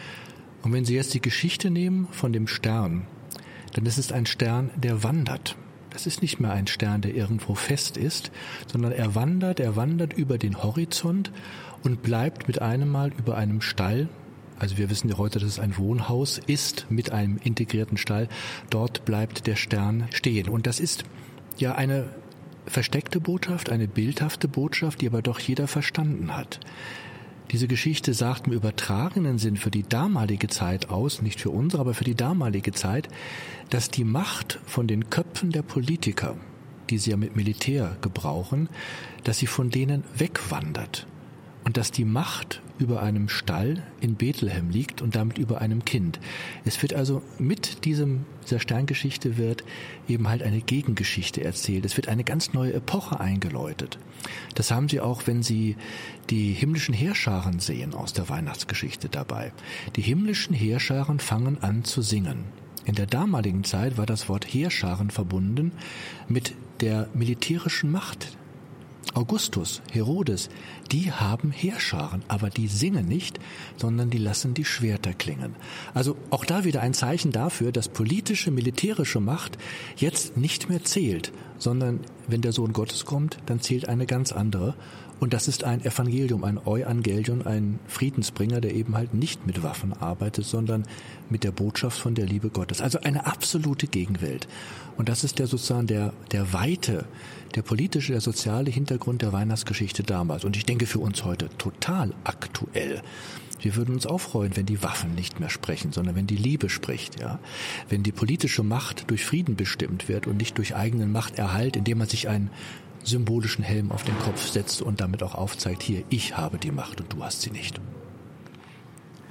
Und wenn Sie jetzt die Geschichte nehmen von dem Stern, dann ist es ein Stern, der wandert. Das ist nicht mehr ein Stern, der irgendwo fest ist, sondern er wandert, er wandert über den Horizont und bleibt mit einem Mal über einem Stall. Also wir wissen ja heute, dass es ein Wohnhaus ist mit einem integrierten Stall. Dort bleibt der Stern stehen. Und das ist ja eine versteckte Botschaft, eine bildhafte Botschaft, die aber doch jeder verstanden hat. Diese Geschichte sagt im übertragenen Sinn für die damalige Zeit aus, nicht für unsere, aber für die damalige Zeit, dass die Macht von den Köpfen der Politiker, die sie ja mit Militär gebrauchen, dass sie von denen wegwandert. Und dass die Macht über einem Stall in Bethlehem liegt und damit über einem Kind. Es wird also mit diesem, dieser Sterngeschichte wird eben halt eine Gegengeschichte erzählt. Es wird eine ganz neue Epoche eingeläutet. Das haben Sie auch, wenn Sie die himmlischen Heerscharen sehen aus der Weihnachtsgeschichte dabei. Die himmlischen Heerscharen fangen an zu singen. In der damaligen Zeit war das Wort Heerscharen verbunden mit der militärischen Macht. Augustus, Herodes, die haben Heerscharen, aber die singen nicht, sondern die lassen die Schwerter klingen. Also auch da wieder ein Zeichen dafür, dass politische, militärische Macht jetzt nicht mehr zählt, sondern wenn der Sohn Gottes kommt, dann zählt eine ganz andere. Und das ist ein Evangelium, ein Euangelion, ein Friedensbringer, der eben halt nicht mit Waffen arbeitet, sondern mit der Botschaft von der Liebe Gottes. Also eine absolute Gegenwelt. Und das ist der sozusagen der, der weite, der politische, der soziale Hintergrund der Weihnachtsgeschichte damals. Und ich denke für uns heute total aktuell. Wir würden uns auch freuen, wenn die Waffen nicht mehr sprechen, sondern wenn die Liebe spricht, ja. Wenn die politische Macht durch Frieden bestimmt wird und nicht durch eigenen Machterhalt, indem man sich einen symbolischen Helm auf den Kopf setzt und damit auch aufzeigt, hier, ich habe die Macht und du hast sie nicht.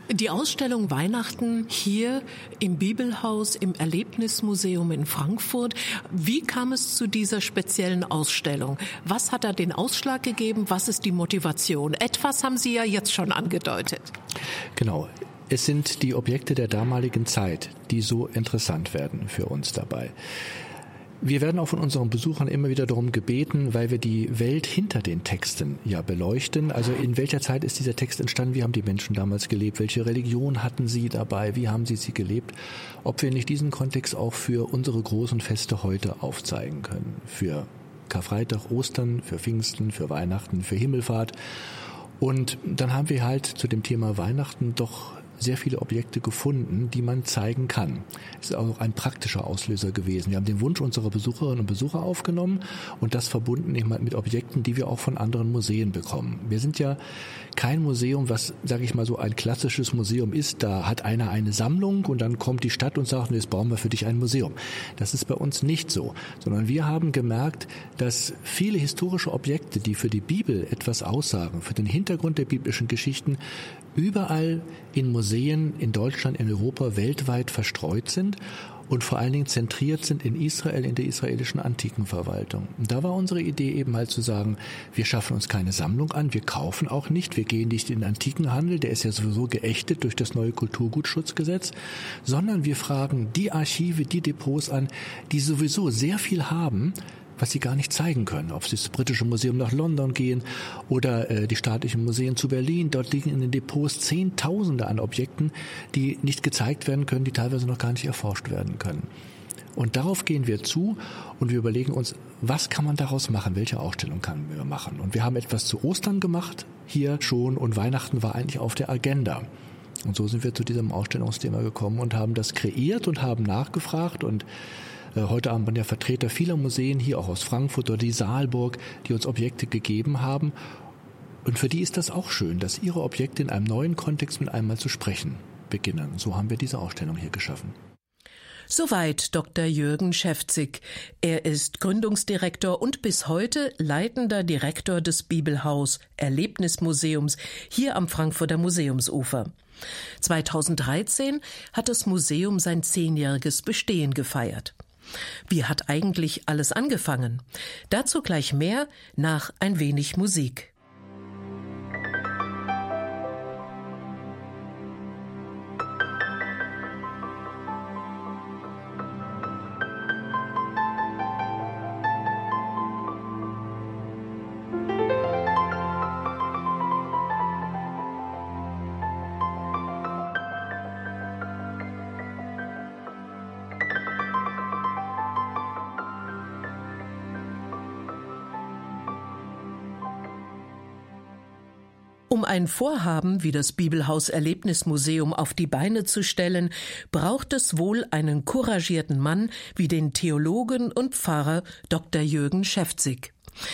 Die Ausstellung Weihnachten hier im Bibelhaus, im Erlebnismuseum in Frankfurt. Wie kam es zu dieser speziellen Ausstellung? Was hat da den Ausschlag gegeben? Was ist die Motivation? Etwas haben Sie ja jetzt schon angedeutet.
Genau. Es sind die Objekte der damaligen Zeit, die so interessant werden für uns dabei. Wir werden auch von unseren Besuchern immer wieder darum gebeten, weil wir die Welt hinter den Texten ja beleuchten. Also in welcher Zeit ist dieser Text entstanden? Wie haben die Menschen damals gelebt? Welche Religion hatten sie dabei? Wie haben sie sie gelebt? Ob wir nicht diesen Kontext auch für unsere großen Feste heute aufzeigen können. Für Karfreitag, Ostern, für Pfingsten, für Weihnachten, für Himmelfahrt. Und dann haben wir halt zu dem Thema Weihnachten doch sehr viele Objekte gefunden, die man zeigen kann. Das ist auch ein praktischer Auslöser gewesen. Wir haben den Wunsch unserer Besucherinnen und Besucher aufgenommen und das verbunden eben mit Objekten, die wir auch von anderen Museen bekommen. Wir sind ja kein Museum, was, sage ich mal, so ein klassisches Museum ist. Da hat einer eine Sammlung und dann kommt die Stadt und sagt, jetzt bauen wir für dich ein Museum. Das ist bei uns nicht so, sondern wir haben gemerkt, dass viele historische Objekte, die für die Bibel etwas aussagen, für den Hintergrund der biblischen Geschichten, überall in Museen in Deutschland, in Europa, weltweit verstreut sind und vor allen Dingen zentriert sind in Israel, in der israelischen Antikenverwaltung. Und da war unsere Idee eben halt zu sagen, wir schaffen uns keine Sammlung an, wir kaufen auch nicht, wir gehen nicht in den Antikenhandel, der ist ja sowieso geächtet durch das neue Kulturgutschutzgesetz, sondern wir fragen die Archive, die Depots an, die sowieso sehr viel haben, was sie gar nicht zeigen können. Ob sie das Britische Museum nach London gehen oder äh, die staatlichen Museen zu Berlin. Dort liegen in den Depots Zehntausende an Objekten, die nicht gezeigt werden können, die teilweise noch gar nicht erforscht werden können. Und darauf gehen wir zu und wir überlegen uns, was kann man daraus machen? Welche Ausstellung können wir machen? Und wir haben etwas zu Ostern gemacht, hier schon, und Weihnachten war eigentlich auf der Agenda. Und so sind wir zu diesem Ausstellungsthema gekommen und haben das kreiert und haben nachgefragt. Und heute Abend waren ja Vertreter vieler Museen hier, auch aus Frankfurt oder die Saalburg, die uns Objekte gegeben haben. Und für die ist das auch schön, dass ihre Objekte in einem neuen Kontext mit einmal zu sprechen beginnen. So haben wir diese Ausstellung hier geschaffen.
Soweit Doktor Jürgen Schäfzig. Er ist Gründungsdirektor und bis heute leitender Direktor des Bibelhaus Erlebnismuseums hier am Frankfurter Museumsufer. zweitausenddreizehn hat das Museum sein zehnjähriges Bestehen gefeiert. Wie hat eigentlich alles angefangen? Dazu gleich mehr nach ein wenig Musik. Um ein Vorhaben wie das Bibelhaus Erlebnismuseum auf die Beine zu stellen, braucht es wohl einen couragierten Mann wie den Theologen und Pfarrer Doktor Jürgen Schäfzig.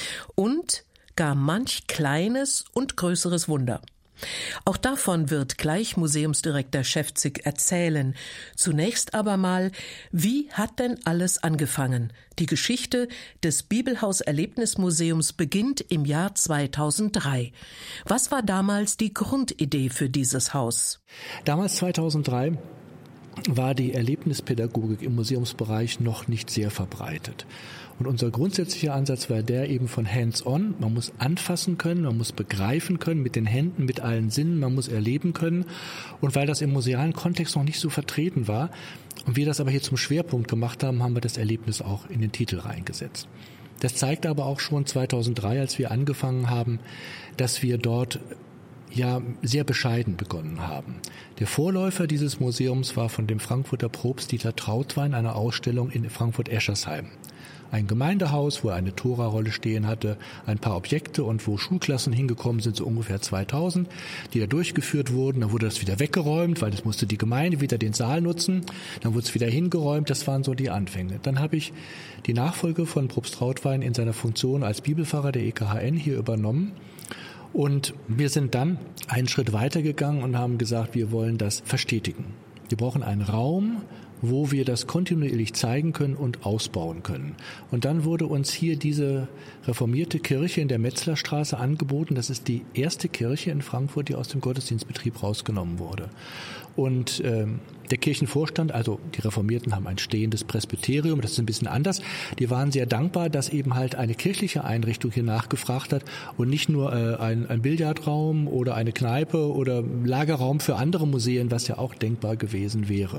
Und gar manch kleines und größeres Wunder. Auch davon wird gleich Museumsdirektor Schäfzig erzählen. Zunächst aber mal, wie hat denn alles angefangen? Die Geschichte des Bibelhaus Erlebnismuseums beginnt im Jahr zweitausenddrei. Was war damals die Grundidee für dieses Haus?
Damals zweitausenddrei war die Erlebnispädagogik im Museumsbereich noch nicht sehr verbreitet. Und unser grundsätzlicher Ansatz war der eben von hands-on. Man muss anfassen können, man muss begreifen können mit den Händen, mit allen Sinnen, man muss erleben können. Und weil das im musealen Kontext noch nicht so vertreten war und wir das aber hier zum Schwerpunkt gemacht haben, haben wir das Erlebnis auch in den Titel reingesetzt. Das zeigt aber auch schon zweitausenddrei, als wir angefangen haben, dass wir dort ja sehr bescheiden begonnen haben. Der Vorläufer dieses Museums war von dem Frankfurter Propst Dieter Trautwein eine Ausstellung in Frankfurt-Eschersheim. Ein Gemeindehaus, wo er eine Tora-Rolle stehen hatte, ein paar Objekte und wo Schulklassen hingekommen sind, so ungefähr zweitausend, die da durchgeführt wurden. Dann wurde das wieder weggeräumt, weil das musste die Gemeinde wieder den Saal nutzen. Dann wurde es wieder hingeräumt. Das waren so die Anfänge. Dann habe ich die Nachfolge von Propst Trautwein in seiner Funktion als Bibelpfarrer der E K H N hier übernommen. Und wir sind dann einen Schritt weitergegangen und haben gesagt, wir wollen das verstetigen. Wir brauchen einen Raum, wo wir das kontinuierlich zeigen können und ausbauen können. Und dann wurde uns hier diese reformierte Kirche in der Metzlerstraße angeboten. Das ist die erste Kirche in Frankfurt, die aus dem Gottesdienstbetrieb rausgenommen wurde. Und ähm, der Kirchenvorstand, also die Reformierten haben ein stehendes Presbyterium, das ist ein bisschen anders. Die waren sehr dankbar, dass eben halt eine kirchliche Einrichtung hier nachgefragt hat und nicht nur äh, ein, ein Billardraum oder eine Kneipe oder Lagerraum für andere Museen, was ja auch denkbar gewesen wäre.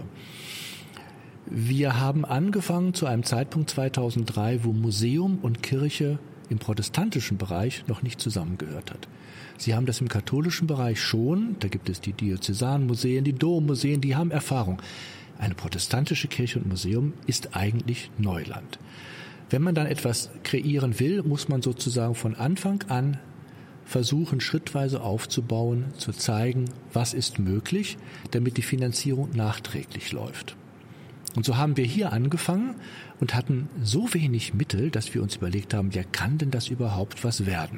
Wir haben angefangen zu einem Zeitpunkt zweitausenddrei, wo Museum und Kirche im protestantischen Bereich noch nicht zusammengehört hat. Sie haben das im katholischen Bereich schon, da gibt es die Diözesanmuseen, die Dommuseen, die haben Erfahrung. Eine protestantische Kirche und Museum ist eigentlich Neuland. Wenn man dann etwas kreieren will, muss man sozusagen von Anfang an versuchen, schrittweise aufzubauen, zu zeigen, was ist möglich, damit die Finanzierung nachträglich läuft. Und so haben wir hier angefangen und hatten so wenig Mittel, dass wir uns überlegt haben, ja, kann denn das überhaupt was werden?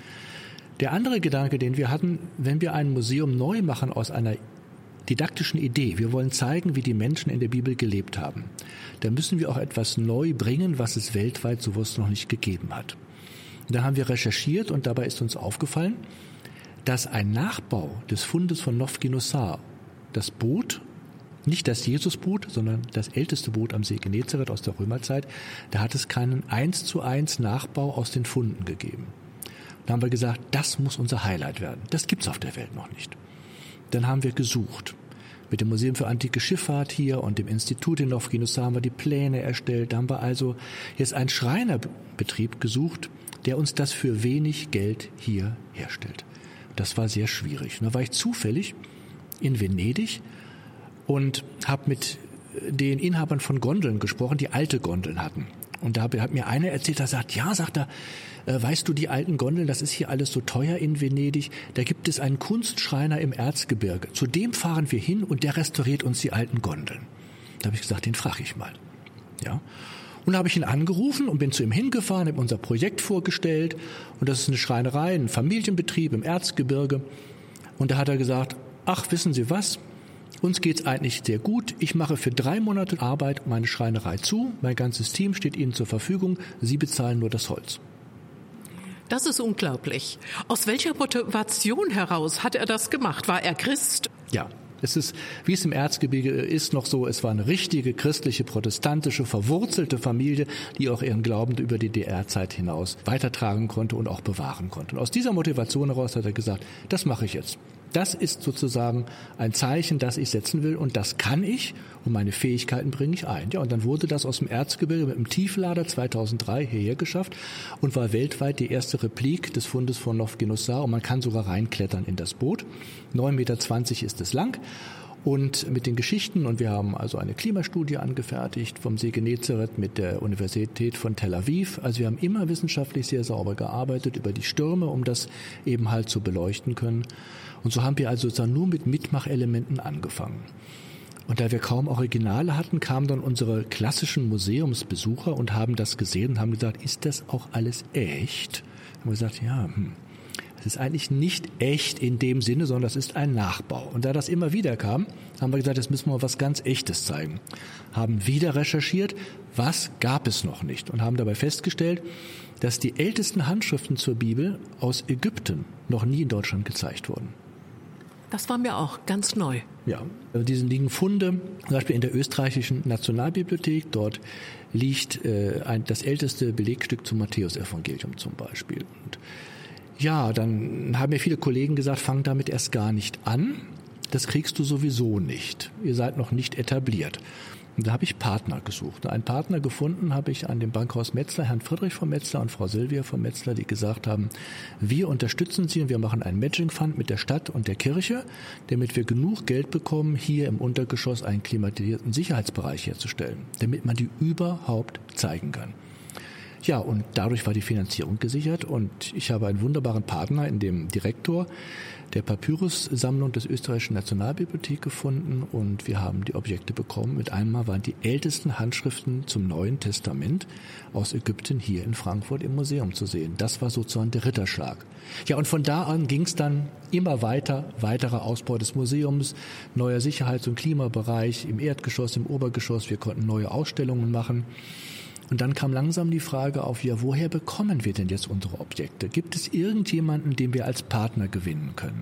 Der andere Gedanke, den wir hatten, wenn wir ein Museum neu machen aus einer didaktischen Idee, wir wollen zeigen, wie die Menschen in der Bibel gelebt haben, dann müssen wir auch etwas neu bringen, was es weltweit sowas noch nicht gegeben hat. Und da haben wir recherchiert und dabei ist uns aufgefallen, dass ein Nachbau des Fundes von Novki Nosar, das Boot, nicht das Jesusboot, sondern das älteste Boot am See Genezareth aus der Römerzeit, da hat es keinen eins zu eins Nachbau aus den Funden gegeben. Da haben wir gesagt, das muss unser Highlight werden. Das gibt's auf der Welt noch nicht. Dann haben wir gesucht. Mit dem Museum für antike Schifffahrt hier und dem Institut in Novki Nosar haben wir die Pläne erstellt. Da haben wir also jetzt einen Schreinerbetrieb gesucht, der uns das für wenig Geld hier herstellt. Das war sehr schwierig. Und da war ich zufällig in Venedig und habe mit den Inhabern von Gondeln gesprochen, die alte Gondeln hatten. Und da hat mir einer erzählt, der sagt, ja, sagt er, äh, weißt du, die alten Gondeln, das ist hier alles so teuer in Venedig, da gibt es einen Kunstschreiner im Erzgebirge. Zu dem fahren wir hin und der restauriert uns die alten Gondeln. Da habe ich gesagt, den frage ich mal. Ja. Und da habe ich ihn angerufen und bin zu ihm hingefahren, habe unser Projekt vorgestellt. Und das ist eine Schreinerei, ein Familienbetrieb im Erzgebirge. Und da hat er gesagt, ach, wissen Sie was? Uns geht's eigentlich sehr gut. Ich mache für drei Monate Arbeit meine Schreinerei zu. Mein ganzes Team steht Ihnen zur Verfügung. Sie bezahlen nur das Holz.
Das ist unglaublich. Aus welcher Motivation heraus hat er das gemacht? War er Christ?
Ja. Es ist, wie es im Erzgebirge ist, noch so, es war eine richtige christliche, protestantische, verwurzelte Familie, die auch ihren Glauben über die D D R-Zeit hinaus weitertragen konnte und auch bewahren konnte. Und aus dieser Motivation heraus hat er gesagt, das mache ich jetzt. Das ist sozusagen ein Zeichen, das ich setzen will und das kann ich und meine Fähigkeiten bringe ich ein. Ja, und dann wurde das aus dem Erzgebirge mit dem Tieflader zweitausenddrei hierher geschafft und war weltweit die erste Replik des Fundes von Novki Nosar und man kann sogar reinklettern in das Boot. neun Meter zwanzig ist es lang. Und mit den Geschichten, und wir haben also eine Klimastudie angefertigt vom See Genezareth mit der Universität von Tel Aviv. Also wir haben immer wissenschaftlich sehr sauber gearbeitet über die Stürme, um das eben halt zu beleuchten können. Und so haben wir also sozusagen nur mit Mitmachelementen angefangen. Und da wir kaum Originale hatten, kamen dann unsere klassischen Museumsbesucher und haben das gesehen und haben gesagt, ist das auch alles echt? Haben wir gesagt, ja, hm. Das ist eigentlich nicht echt in dem Sinne, sondern das ist ein Nachbau. Und da das immer wieder kam, haben wir gesagt, jetzt müssen wir was ganz Echtes zeigen. Haben wieder recherchiert, was gab es noch nicht und haben dabei festgestellt, dass die ältesten Handschriften zur Bibel aus Ägypten noch nie in Deutschland gezeigt wurden.
Das war mir auch ganz neu.
Ja, also diese liegen Funde, zum Beispiel in der österreichischen Nationalbibliothek. Dort liegt äh, ein, das älteste Belegstück zum Matthäusevangelium zum Beispiel. Und ja, dann haben mir viele Kollegen gesagt, fang damit erst gar nicht an. Das kriegst du sowieso nicht. Ihr seid noch nicht etabliert. Und da habe ich Partner gesucht. Einen Partner gefunden habe ich an dem Bankhaus Metzler, Herrn Friedrich von Metzler und Frau Silvia von Metzler, die gesagt haben, wir unterstützen Sie und wir machen einen Matching Fund mit der Stadt und der Kirche, damit wir genug Geld bekommen, hier im Untergeschoss einen klimatisierten Sicherheitsbereich herzustellen, damit man die überhaupt zeigen kann. Ja, und dadurch war die Finanzierung gesichert und ich habe einen wunderbaren Partner in dem Direktor der Papyrus-Sammlung des Österreichischen Nationalbibliothek gefunden und wir haben die Objekte bekommen. Mit einmal waren die ältesten Handschriften zum Neuen Testament aus Ägypten hier in Frankfurt im Museum zu sehen. Das war sozusagen der Ritterschlag. Ja, und von da an ging es dann immer weiter, weiterer Ausbau des Museums, neuer Sicherheits- und Klimabereich im Erdgeschoss, im Obergeschoss. Wir konnten neue Ausstellungen machen. Und dann kam langsam die Frage auf, ja, woher bekommen wir denn jetzt unsere Objekte? Gibt es irgendjemanden, den wir als Partner gewinnen können?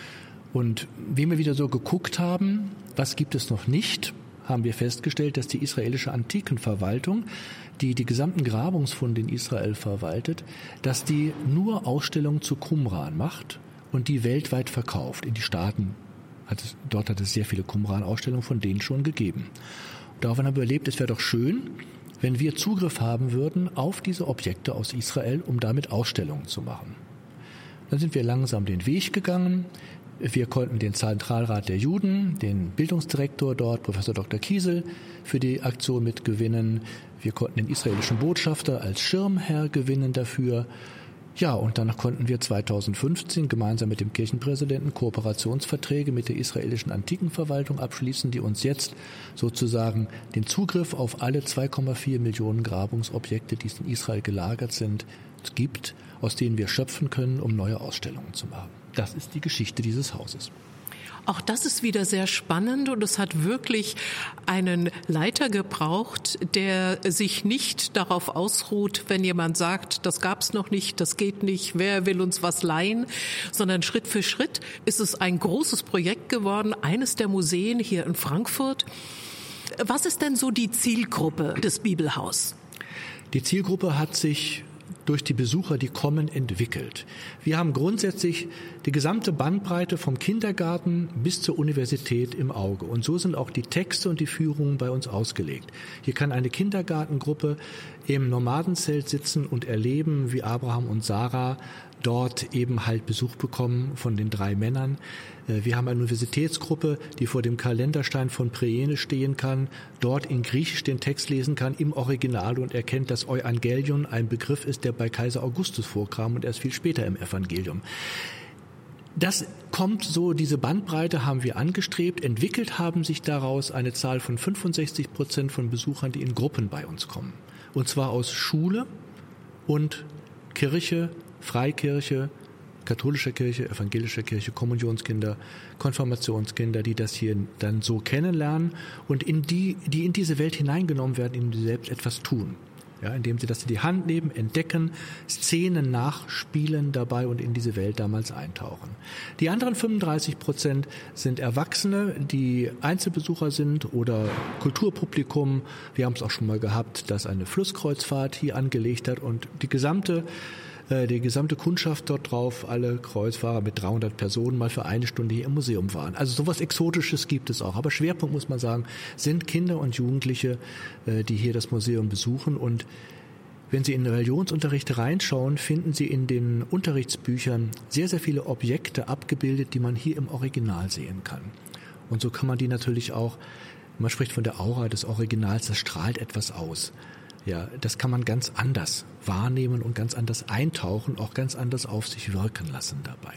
Und wie wir wieder so geguckt haben, was gibt es noch nicht, haben wir festgestellt, dass die israelische Antikenverwaltung, die die gesamten Grabungsfunde in Israel verwaltet, dass die nur Ausstellungen zu Qumran macht und die weltweit verkauft. In die Staaten hat es, dort hat es sehr viele Qumran-Ausstellungen von denen schon gegeben. Und daraufhin haben wir überlegt, es wäre doch schön, wenn wir Zugriff haben würden auf diese Objekte aus Israel, um damit Ausstellungen zu machen. Dann sind wir langsam den Weg gegangen. Wir konnten den Zentralrat der Juden, den Bildungsdirektor dort, Professor Doktor Kiesel, für die Aktion mitgewinnen. Wir konnten den israelischen Botschafter als Schirmherr gewinnen dafür. Ja, und dann konnten wir zweitausendfünfzehn gemeinsam mit dem Kirchenpräsidenten Kooperationsverträge mit der israelischen Antikenverwaltung abschließen, die uns jetzt sozusagen den Zugriff auf alle zwei Komma vier Millionen Grabungsobjekte, die in Israel gelagert sind, gibt, aus denen wir schöpfen können, um neue Ausstellungen zu machen. Das ist die Geschichte dieses Hauses.
Auch das ist wieder sehr spannend und es hat wirklich einen Leiter gebraucht, der sich nicht darauf ausruht, wenn jemand sagt, das gab's noch nicht, das geht nicht, wer will uns was leihen, sondern Schritt für Schritt ist es ein großes Projekt geworden, eines der Museen hier in Frankfurt. Was ist denn so die Zielgruppe des Bibelhaus?
Die Zielgruppe hat sich durch die Besucher, die kommen, entwickelt. Wir haben grundsätzlich die gesamte Bandbreite vom Kindergarten bis zur Universität im Auge. Und so sind auch die Texte und die Führungen bei uns ausgelegt. Hier kann eine Kindergartengruppe im Nomadenzelt sitzen und erleben, wie Abraham und Sarah dort eben halt Besuch bekommen von den drei Männern. Wir haben eine Universitätsgruppe, die vor dem Kalenderstein von Priene stehen kann, dort in Griechisch den Text lesen kann, im Original und erkennt, dass Euangelion ein Begriff ist, der bei Kaiser Augustus vorkam und erst viel später im Evangelium. Das kommt so, diese Bandbreite haben wir angestrebt. Entwickelt haben sich daraus eine Zahl von fünfundsechzig Prozent von Besuchern, die in Gruppen bei uns kommen. Und zwar aus Schule und Kirche, Freikirche, katholische Kirche, evangelische Kirche, Kommunionskinder, Konfirmationskinder, die das hier dann so kennenlernen und in die, die in diese Welt hineingenommen werden, indem sie selbst etwas tun. Ja, indem sie das in die Hand nehmen, entdecken, Szenen nachspielen dabei und in diese Welt damals eintauchen. Die anderen fünfunddreißig Prozent sind Erwachsene, die Einzelbesucher sind oder Kulturpublikum. Wir haben es auch schon mal gehabt, dass eine Flusskreuzfahrt hier angelegt hat und die gesamte die gesamte Kundschaft dort drauf, alle Kreuzfahrer mit dreihundert Personen mal für eine Stunde hier im Museum waren. Also sowas Exotisches gibt es auch. Aber Schwerpunkt, muss man sagen, sind Kinder und Jugendliche, die hier das Museum besuchen. Und wenn Sie in den Religionsunterricht reinschauen, finden Sie in den Unterrichtsbüchern sehr, sehr viele Objekte abgebildet, die man hier im Original sehen kann. Und so kann man die natürlich auch, man spricht von der Aura des Originals, das strahlt etwas aus. Ja, das kann man ganz anders wahrnehmen und ganz anders eintauchen, auch ganz anders auf sich wirken lassen dabei.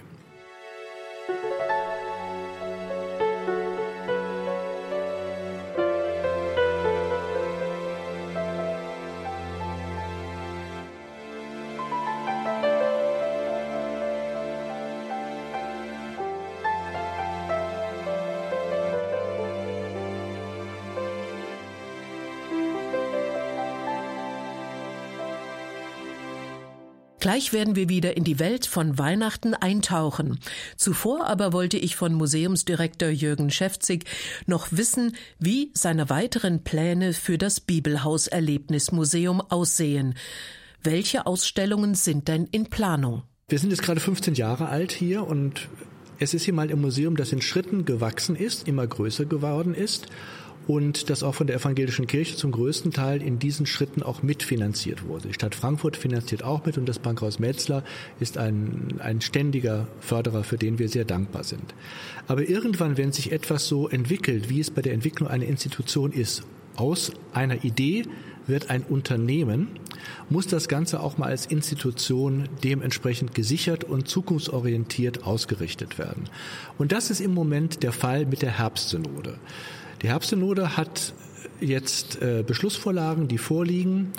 Gleich werden wir wieder in die Welt von Weihnachten eintauchen. Zuvor aber wollte ich von Museumsdirektor Jürgen Schäfzig noch wissen, wie seine weiteren Pläne für das Bibelhaus Erlebnismuseum aussehen. Welche Ausstellungen sind denn in Planung?
Wir sind jetzt gerade fünfzehn Jahre alt hier und es ist hier mal im Museum, das in Schritten gewachsen ist, immer größer geworden ist. Und das auch von der evangelischen Kirche zum größten Teil in diesen Schritten auch mitfinanziert wurde. Die Stadt Frankfurt finanziert auch mit und das Bankhaus Metzler ist ein, ein ständiger Förderer, für den wir sehr dankbar sind. Aber irgendwann, wenn sich etwas so entwickelt, wie es bei der Entwicklung einer Institution ist, aus einer Idee wird ein Unternehmen muss das Ganze auch mal als Institution dementsprechend gesichert und zukunftsorientiert ausgerichtet werden. Und das ist im Moment der Fall mit der Herbstsynode. Die Herbstsynode hat jetzt äh, Beschlussvorlagen, die vorliegen.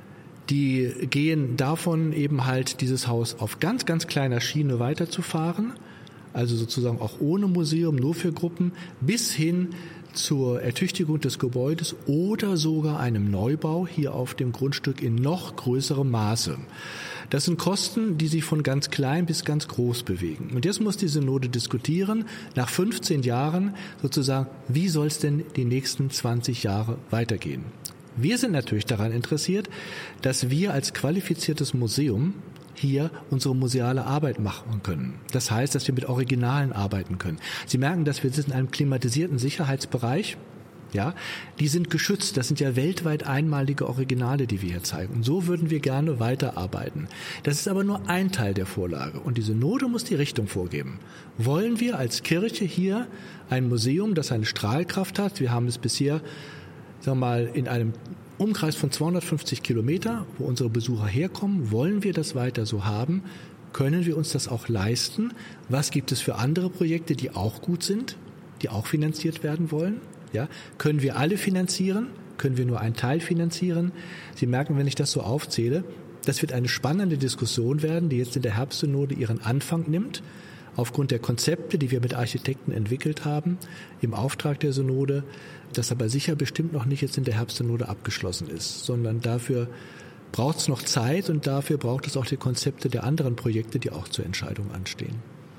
Die gehen davon eben halt, dieses Haus auf ganz, ganz kleiner Schiene weiterzufahren, also sozusagen auch ohne Museum, nur für Gruppen, bis hin zur Ertüchtigung des Gebäudes oder sogar einem Neubau hier auf dem Grundstück in noch größerem Maße. Das sind Kosten, die sich von ganz klein bis ganz groß bewegen. Und jetzt muss die Synode diskutieren, nach fünfzehn Jahren sozusagen, wie soll es denn die nächsten zwanzig Jahre weitergehen? Wir sind natürlich daran interessiert, dass wir als qualifiziertes Museum hier unsere museale Arbeit machen können. Das heißt, dass wir mit Originalen arbeiten können. Sie merken, dass wir sind in einem klimatisierten Sicherheitsbereich. Ja, die sind geschützt. Das sind ja weltweit einmalige Originale, die wir hier zeigen. Und so würden wir gerne weiterarbeiten. Das ist aber nur ein Teil der Vorlage. Und die Synode muss die Richtung vorgeben. Wollen wir als Kirche hier ein Museum, das eine Strahlkraft hat? Wir haben es bisher, sagen wir mal, in einem Umkreis von zweihundertfünfzig Kilometer, wo unsere Besucher herkommen. Wollen wir das weiter so haben? Können wir uns das auch leisten? Was gibt es für andere Projekte, die auch gut sind, die auch finanziert werden wollen? Ja, können wir alle finanzieren? Können wir nur einen Teil finanzieren? Sie merken, wenn ich das so aufzähle, das wird eine spannende Diskussion werden, die jetzt in der Herbstsynode ihren Anfang nimmt, aufgrund der Konzepte, die wir mit Architekten entwickelt haben, im Auftrag der Synode, das aber sicher bestimmt noch nicht jetzt in der Herbstsynode abgeschlossen ist, sondern dafür braucht es noch Zeit und dafür braucht es auch die Konzepte der anderen Projekte, die auch zur Entscheidung anstehen.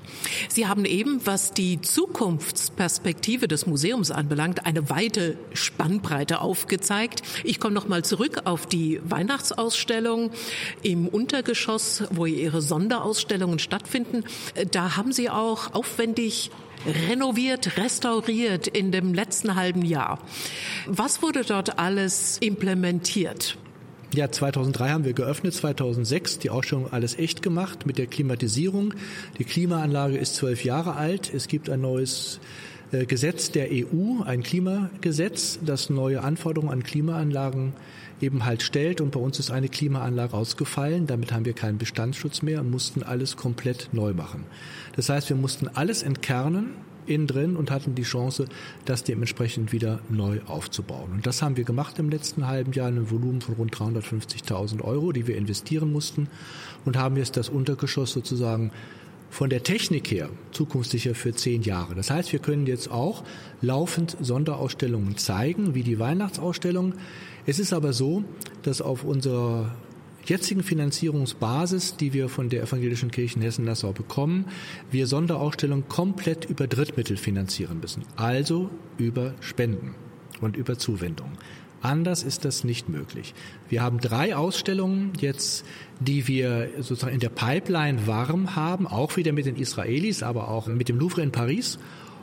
Sie haben eben, was die Zukunftsperspektive des Museums anbelangt, eine weite Spannbreite aufgezeigt. Ich komme noch mal zurück auf die Weihnachtsausstellung im Untergeschoss, wo Ihre Sonderausstellungen stattfinden. Da haben Sie auch aufwendig renoviert, restauriert in dem letzten halben Jahr. Was wurde dort alles implementiert?
Ja, zweitausenddrei haben wir geöffnet, zweitausendsechs die Ausstellung alles echt gemacht mit der Klimatisierung. Die Klimaanlage ist zwölf Jahre alt. Es gibt ein neues äh, Gesetz der E U, ein Klimagesetz, das neue Anforderungen an Klimaanlagen eben halt stellt. Und bei uns ist eine Klimaanlage ausgefallen. Damit haben wir keinen Bestandsschutz mehr und mussten alles komplett neu machen. Das heißt, wir mussten alles entkernen innen drin und hatten die Chance, das dementsprechend wieder neu aufzubauen. Und das haben wir gemacht im letzten halben Jahr in einem Volumen von rund dreihundertfünfzigtausend Euro, die wir investieren mussten und haben jetzt das Untergeschoss sozusagen von der Technik her zukunftssicher für zehn Jahre. Das heißt, wir können jetzt auch laufend Sonderausstellungen zeigen, wie die Weihnachtsausstellung. Es ist aber so, dass auf unserer jetzigen Finanzierungsbasis, die wir von der Evangelischen Kirche in Hessen-Nassau bekommen, wir Sonderausstellungen komplett über Drittmittel finanzieren müssen, also über Spenden und über Zuwendungen. Anders ist das nicht möglich. Wir haben drei Ausstellungen jetzt, die wir sozusagen in der Pipeline warm haben, auch wieder mit den Israelis, aber auch mit dem Louvre in Paris.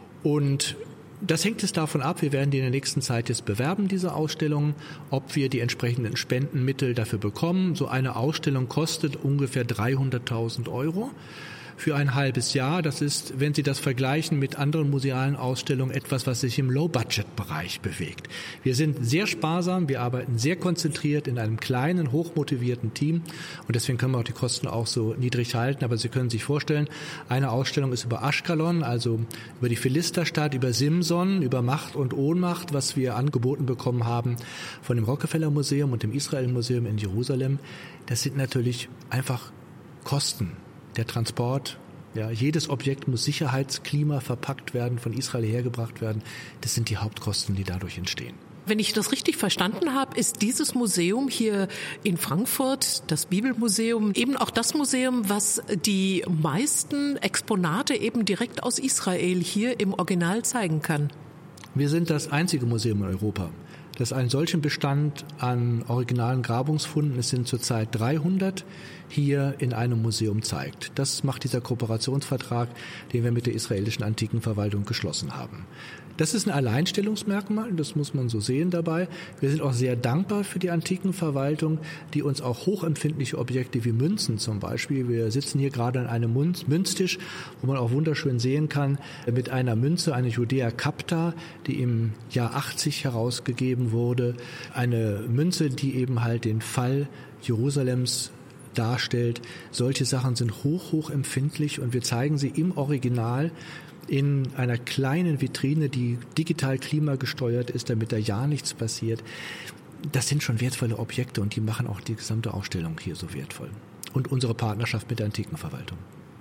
Und das hängt es davon ab, wir werden die in der nächsten Zeit jetzt bewerben, diese Ausstellungen, ob wir die entsprechenden Spendenmittel dafür bekommen. So eine Ausstellung kostet ungefähr dreihunderttausend Euro für ein halbes Jahr. Das ist, wenn Sie das vergleichen mit anderen musealen Ausstellungen, etwas, was sich im Low-Budget-Bereich bewegt. Wir sind sehr sparsam, wir arbeiten sehr konzentriert in einem kleinen, hochmotivierten Team und deswegen können wir auch die Kosten auch so niedrig halten. Aber Sie können sich vorstellen, eine Ausstellung ist über Ashkelon, also über die Philisterstadt, über Simson, über Macht und Ohnmacht, was wir angeboten bekommen haben von dem Rockefeller Museum und dem Israel Museum in Jerusalem. Das sind natürlich einfach Kosten. Der Transport, ja, jedes Objekt muss sicherheitsklima verpackt werden, von Israel hergebracht werden. Das sind die Hauptkosten, die dadurch entstehen.
Wenn ich das richtig verstanden habe, ist dieses Museum hier in Frankfurt, das Bibelmuseum, eben auch das Museum, was die meisten Exponate eben direkt aus Israel hier im Original zeigen kann.
Wir sind das einzige Museum in Europa, das einen solchen Bestand an originalen Grabungsfunden, es sind zurzeit dreihundert, hier in einem Museum zeigt. Das macht dieser Kooperationsvertrag, den wir mit der israelischen Antikenverwaltung geschlossen haben. Das ist ein Alleinstellungsmerkmal, das muss man so sehen dabei. Wir sind auch sehr dankbar für die Antikenverwaltung, die uns auch hochempfindliche Objekte wie Münzen zum Beispiel, wir sitzen hier gerade an einem Münztisch, wo man auch wunderschön sehen kann, mit einer Münze, eine Judäa Capta, die im Jahr achtzig herausgegeben gefunden wurde. Eine Münze, die eben halt den Fall Jerusalems darstellt. Solche Sachen sind hoch, hoch empfindlich und wir zeigen sie im Original in einer kleinen Vitrine, die digital klimagesteuert ist, damit da ja nichts passiert. Das sind schon wertvolle Objekte und die machen auch die gesamte Ausstellung hier so wertvoll. Und unsere Partnerschaft mit der Antikenverwaltung.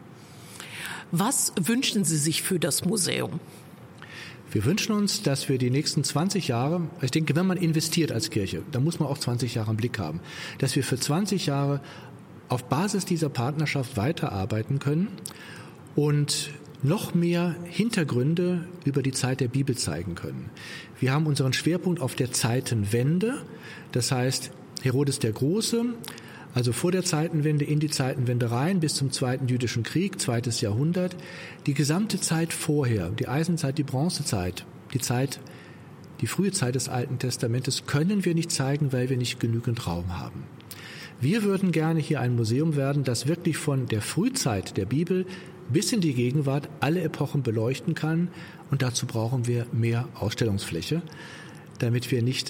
Was wünschen Sie sich für das Museum?
Wir wünschen uns, dass wir die nächsten zwanzig Jahre, ich denke, wenn man investiert als Kirche, dann muss man auch zwanzig Jahre im Blick haben, dass wir für zwanzig Jahre auf Basis dieser Partnerschaft weiterarbeiten können und noch mehr Hintergründe über die Zeit der Bibel zeigen können. Wir haben unseren Schwerpunkt auf der Zeitenwende, das heißt Herodes der Große, also vor der Zeitenwende in die Zeitenwende rein bis zum Zweiten Jüdischen Krieg, zweites Jahrhundert. Die gesamte Zeit vorher, die Eisenzeit, die Bronzezeit, die Zeit, die frühe Zeit des Alten Testamentes können wir nicht zeigen, weil wir nicht genügend Raum haben. Wir würden gerne hier ein Museum werden, das wirklich von der Frühzeit der Bibel bis in die Gegenwart alle Epochen beleuchten kann. Und dazu brauchen wir mehr Ausstellungsfläche, damit wir nicht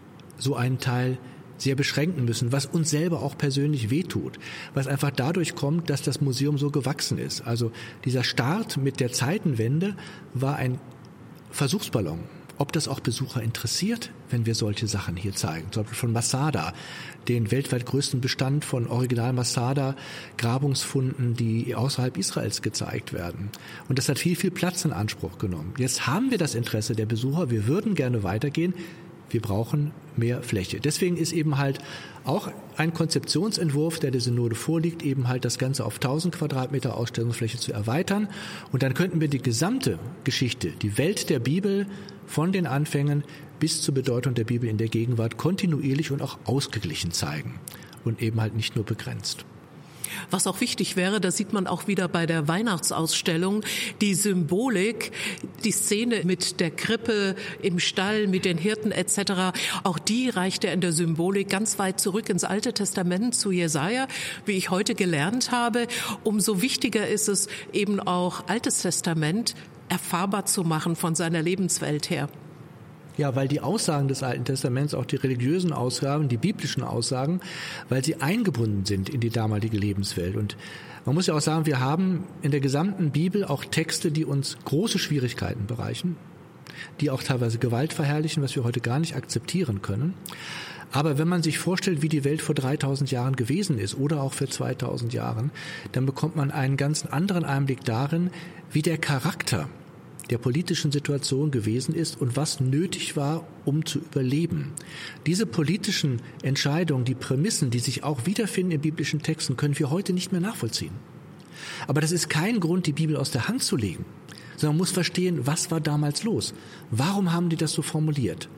so einen Teil sehr beschränken müssen, was uns selber auch persönlich wehtut, was einfach dadurch kommt, dass das Museum so gewachsen ist. Also dieser Start mit der Zeitenwende war ein Versuchsballon. Ob das auch Besucher interessiert, wenn wir solche Sachen hier zeigen. Zum Beispiel von Masada, den weltweit größten Bestand von Original Masada Grabungsfunden, die außerhalb Israels gezeigt werden. Und das hat viel, viel Platz in Anspruch genommen. Jetzt haben wir das Interesse der Besucher. Wir würden gerne weitergehen. Wir brauchen mehr Fläche. Deswegen ist eben halt auch ein Konzeptionsentwurf, der der Synode vorliegt, eben halt das Ganze auf tausend Quadratmeter Ausstellungsfläche zu erweitern. Und dann könnten wir die gesamte Geschichte, die Welt der Bibel von den Anfängen bis zur Bedeutung der Bibel in der Gegenwart kontinuierlich und auch ausgeglichen zeigen und eben halt nicht nur begrenzt.
Was auch wichtig wäre, das sieht man auch wieder bei der Weihnachtsausstellung, die Symbolik, die Szene mit der Krippe im Stall, mit den Hirten et cetera. Auch die reicht ja in der Symbolik ganz weit zurück ins Alte Testament zu Jesaja, wie ich heute gelernt habe. Umso wichtiger ist es eben auch, Altes Testament erfahrbar zu machen von seiner Lebenswelt her.
Ja, weil die Aussagen des Alten Testaments, auch die religiösen Aussagen, die biblischen Aussagen, weil sie eingebunden sind in die damalige Lebenswelt. Und man muss ja auch sagen, wir haben in der gesamten Bibel auch Texte, die uns große Schwierigkeiten bereichen, die auch teilweise Gewalt verherrlichen, was wir heute gar nicht akzeptieren können. Aber wenn man sich vorstellt, wie die Welt vor dreitausend Jahren gewesen ist oder auch für zweitausend Jahren, dann bekommt man einen ganz anderen Einblick darin, wie der Charakter der politischen Situation gewesen ist und was nötig war, um zu überleben. Diese politischen Entscheidungen, die Prämissen, die sich auch wiederfinden in biblischen Texten, können wir heute nicht mehr nachvollziehen. Aber das ist kein Grund, die Bibel aus der Hand zu legen, sondern man muss verstehen, was war damals los? Warum haben die das so formuliert?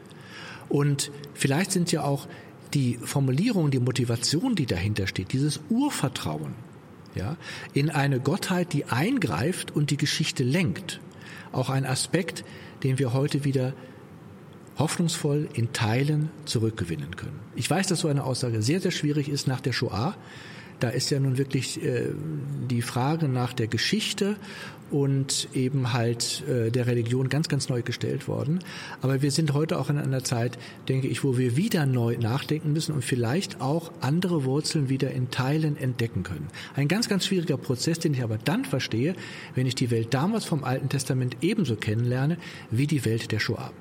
Und vielleicht sind ja auch die Formulierungen, die Motivation, die dahinter steht, dieses Urvertrauen, ja, in eine Gottheit, die eingreift und die Geschichte lenkt, auch ein Aspekt, den wir heute wieder hoffnungsvoll in Teilen zurückgewinnen können. Ich weiß, dass so eine Aussage sehr, sehr schwierig ist nach der Shoah. Da ist ja nun wirklich äh, die Frage nach der Geschichte und eben halt äh, der Religion ganz, ganz neu gestellt worden. Aber wir sind heute auch in einer Zeit, denke ich, wo wir wieder neu nachdenken müssen und vielleicht auch andere Wurzeln wieder in Teilen entdecken können. Ein ganz, ganz schwieriger Prozess, den ich aber dann verstehe, wenn ich die Welt damals vom Alten Testament ebenso kennenlerne wie die Welt der Shoah.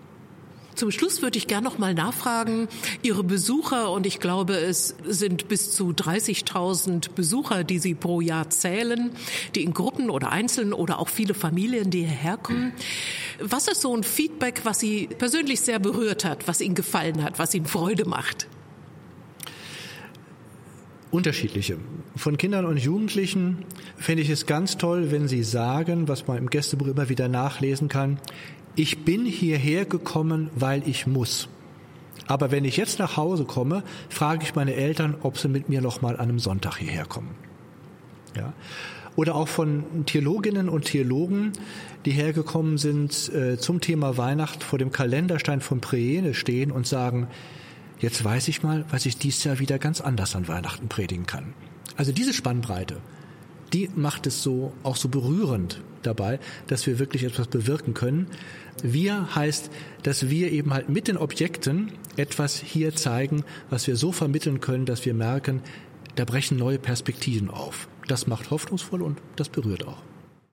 Zum Schluss würde ich gerne noch mal nachfragen, Ihre Besucher, und ich glaube, es sind bis zu dreißigtausend Besucher, die Sie pro Jahr zählen, die in Gruppen oder einzeln oder auch viele Familien, die hierher kommen. Was ist so ein Feedback, was Sie persönlich sehr berührt hat, was Ihnen gefallen hat, was Ihnen Freude macht?
Unterschiedliche. Von Kindern und Jugendlichen finde ich es ganz toll, wenn sie sagen, was man im Gästebuch immer wieder nachlesen kann: Ich bin hierher gekommen, weil ich muss. Aber wenn ich jetzt nach Hause komme, frage ich meine Eltern, ob sie mit mir noch mal an einem Sonntag hierher kommen. Ja. Oder auch von Theologinnen und Theologen, die hergekommen sind äh, zum Thema Weihnacht, vor dem Kalenderstein von Priene stehen und sagen: Jetzt weiß ich mal, was ich dieses Jahr wieder ganz anders an Weihnachten predigen kann. Also diese Spannbreite, die macht es so auch so berührend dabei, dass wir wirklich etwas bewirken können. Wir heißt, dass wir eben halt mit den Objekten etwas hier zeigen, was wir so vermitteln können, dass wir merken, da brechen neue Perspektiven auf. Das macht hoffnungsvoll und das berührt auch.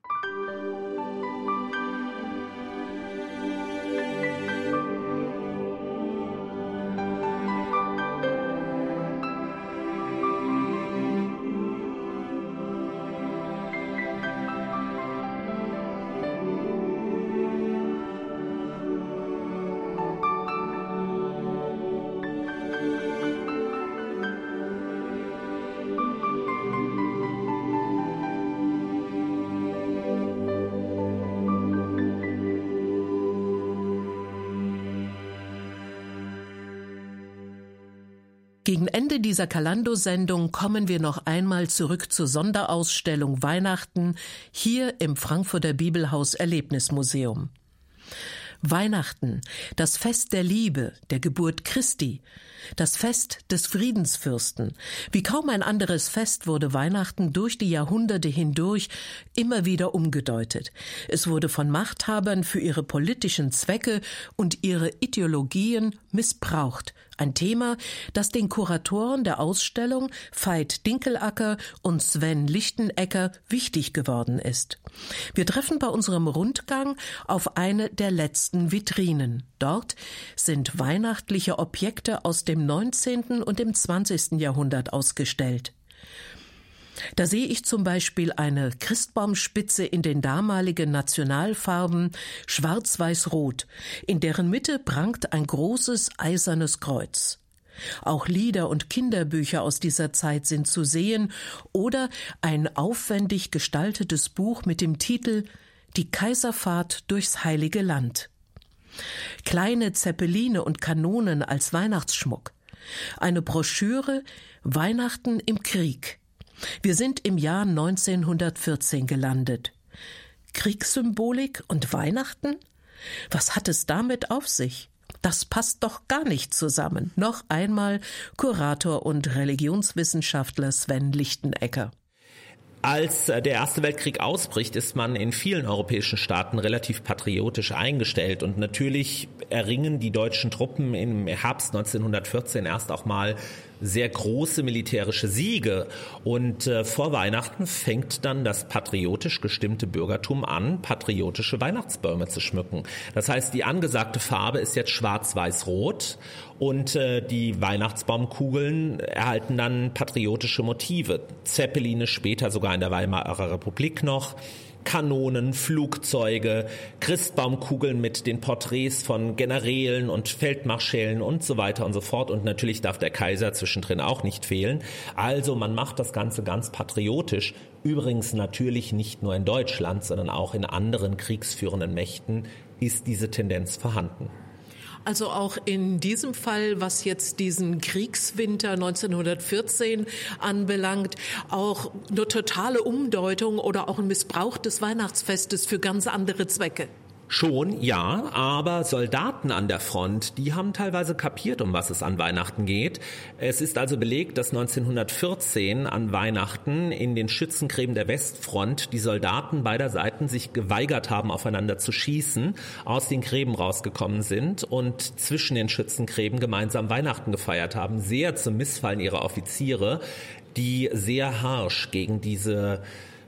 Gegen Ende dieser Kalando-Sendung kommen wir noch einmal zurück zur Sonderausstellung Weihnachten hier im Frankfurter Bibelhaus Erlebnismuseum. Weihnachten, das Fest der Liebe, der Geburt Christi, das Fest des Friedensfürsten. Wie kaum ein anderes Fest wurde Weihnachten durch die Jahrhunderte hindurch immer wieder umgedeutet. Es wurde von Machthabern für ihre politischen Zwecke und ihre Ideologien missbraucht. Ein Thema, das den Kuratoren der Ausstellung Veit Dinkelacker und Sven Lichtenecker wichtig geworden ist. Wir treffen bei unserem Rundgang auf eine der letzten Vitrinen. Dort sind weihnachtliche Objekte aus dem neunzehnten und dem zwanzigsten Jahrhundert ausgestellt. Da sehe ich zum Beispiel eine Christbaumspitze in den damaligen Nationalfarben Schwarz-Weiß-Rot, in deren Mitte prangt ein großes eisernes Kreuz. Auch Lieder und Kinderbücher aus dieser Zeit sind zu sehen oder ein aufwendig gestaltetes Buch mit dem Titel »Die Kaiserfahrt durchs Heilige Land«. Kleine Zeppeline und Kanonen als Weihnachtsschmuck. Eine Broschüre »Weihnachten im Krieg«. Wir sind im Jahr neunzehnhundertvierzehn gelandet. Kriegssymbolik und Weihnachten? Was hat es damit auf sich? Das passt doch gar nicht zusammen. Noch einmal Kurator und Religionswissenschaftler Sven Lichtenecker.
Als der Erste Weltkrieg ausbricht, ist man in vielen europäischen Staaten relativ patriotisch eingestellt. Und natürlich erringen die deutschen Truppen im Herbst neunzehnhundertvierzehn erst auch mal sehr große militärische Siege. Und äh, vor Weihnachten fängt dann das patriotisch gestimmte Bürgertum an, patriotische Weihnachtsbäume zu schmücken. Das heißt, die angesagte Farbe ist jetzt schwarz-weiß-rot und äh, die Weihnachtsbaumkugeln erhalten dann patriotische Motive. Zeppeline später sogar in der Weimarer Republik noch. Kanonen, Flugzeuge, Christbaumkugeln mit den Porträts von Generälen und Feldmarschällen und so weiter und so fort. Und natürlich darf der Kaiser zwischendrin auch nicht fehlen. Also man macht das Ganze ganz patriotisch. Übrigens natürlich nicht nur in Deutschland, sondern auch in anderen kriegsführenden Mächten ist diese Tendenz vorhanden.
Also auch in diesem Fall, was jetzt diesen Kriegswinter neunzehnhundertvierzehn anbelangt, auch eine totale Umdeutung oder auch ein Missbrauch des Weihnachtsfestes für ganz andere Zwecke.
Schon, ja, aber Soldaten an der Front, die haben teilweise kapiert, um was es an Weihnachten geht. Es ist also belegt, dass neunzehnhundertvierzehn an Weihnachten in den Schützengräben der Westfront die Soldaten beider Seiten sich geweigert haben, aufeinander zu schießen, aus den Gräben rausgekommen sind und zwischen den Schützengräben gemeinsam Weihnachten gefeiert haben. Sehr zum Missfallen ihrer Offiziere, die sehr harsch gegen diese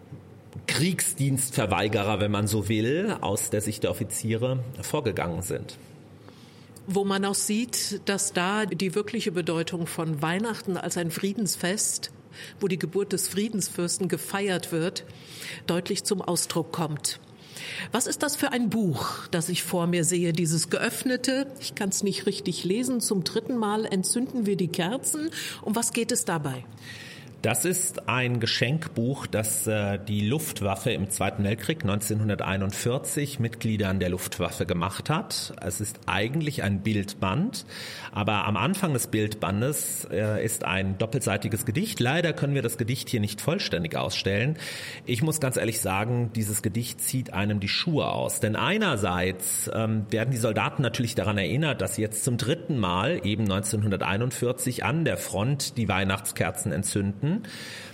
Kriegsdienstverweigerer, wenn man so will, aus der Sicht der Offiziere vorgegangen sind.
Wo man auch sieht, dass da die wirkliche Bedeutung von Weihnachten als ein Friedensfest, wo die Geburt des Friedensfürsten gefeiert wird, deutlich zum Ausdruck kommt. Was ist das für ein Buch, das ich vor mir sehe, dieses geöffnete, ich kann es nicht richtig lesen, zum dritten Mal entzünden wir die Kerzen. Um was geht es dabei?
Das ist ein Geschenkbuch, das äh, die Luftwaffe im Zweiten Weltkrieg neunzehnhunderteinundvierzig Mitgliedern der Luftwaffe gemacht hat. Es ist eigentlich ein Bildband, aber am Anfang des Bildbandes äh, ist ein doppelseitiges Gedicht. Leider können wir das Gedicht hier nicht vollständig ausstellen. Ich muss ganz ehrlich sagen, dieses Gedicht zieht einem die Schuhe aus. Denn einerseits ähm, werden die Soldaten natürlich daran erinnert, dass sie jetzt zum dritten Mal, eben neunzehnhunderteinundvierzig, an der Front die Weihnachtskerzen entzünden.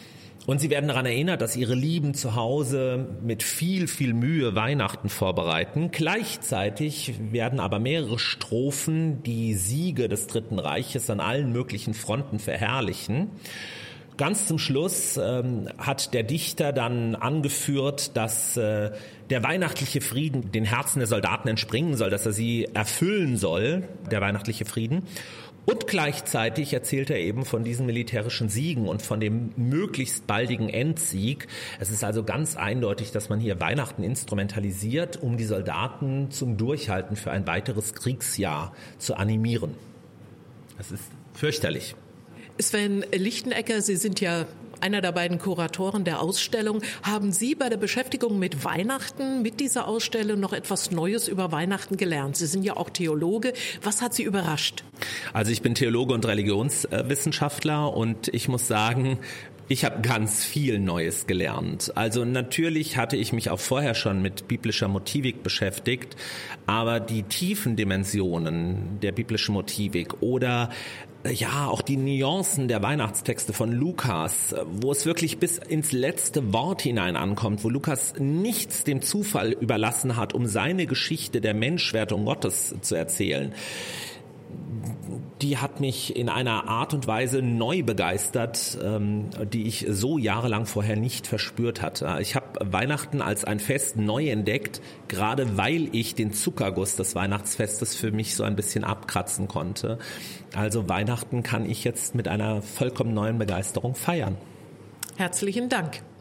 Und sie werden daran erinnert, dass ihre Lieben zu Hause mit viel, viel Mühe Weihnachten vorbereiten. Gleichzeitig werden aber mehrere Strophen die Siege des Dritten Reiches an allen möglichen Fronten verherrlichen. Ganz zum Schluss ähm, hat der Dichter dann angeführt, dass äh, der weihnachtliche Frieden den Herzen der Soldaten entspringen soll, dass er sie erfüllen soll, der weihnachtliche Frieden. Und gleichzeitig erzählt er eben von diesen militärischen Siegen und von dem möglichst baldigen Endsieg. Es ist also ganz eindeutig, dass man hier Weihnachten instrumentalisiert, um die Soldaten zum Durchhalten für ein weiteres Kriegsjahr zu animieren. Das ist fürchterlich.
Sven Lichtenecker, Sie sind ja einer der beiden Kuratoren der Ausstellung. Haben Sie bei der Beschäftigung mit Weihnachten, mit dieser Ausstellung noch etwas Neues über Weihnachten gelernt? Sie sind ja auch Theologe. Was hat Sie überrascht?
Also ich bin Theologe und Religionswissenschaftler und ich muss sagen, ich habe ganz viel Neues gelernt. Also natürlich hatte ich mich auch vorher schon mit biblischer Motivik beschäftigt, aber die tiefen Dimensionen der biblischen Motivik oder ja, auch die Nuancen der Weihnachtstexte von Lukas, wo es wirklich bis ins letzte Wort hinein ankommt, wo Lukas nichts dem Zufall überlassen hat, um seine Geschichte der Menschwerdung Gottes zu erzählen. Die hat mich in einer Art und Weise neu begeistert, die ich so jahrelang vorher nicht verspürt hatte. Ich habe Weihnachten als ein Fest neu entdeckt, gerade weil ich den Zuckerguss des Weihnachtsfestes für mich so ein bisschen abkratzen konnte. Also Weihnachten kann ich jetzt mit einer vollkommen neuen Begeisterung feiern.
Herzlichen Dank.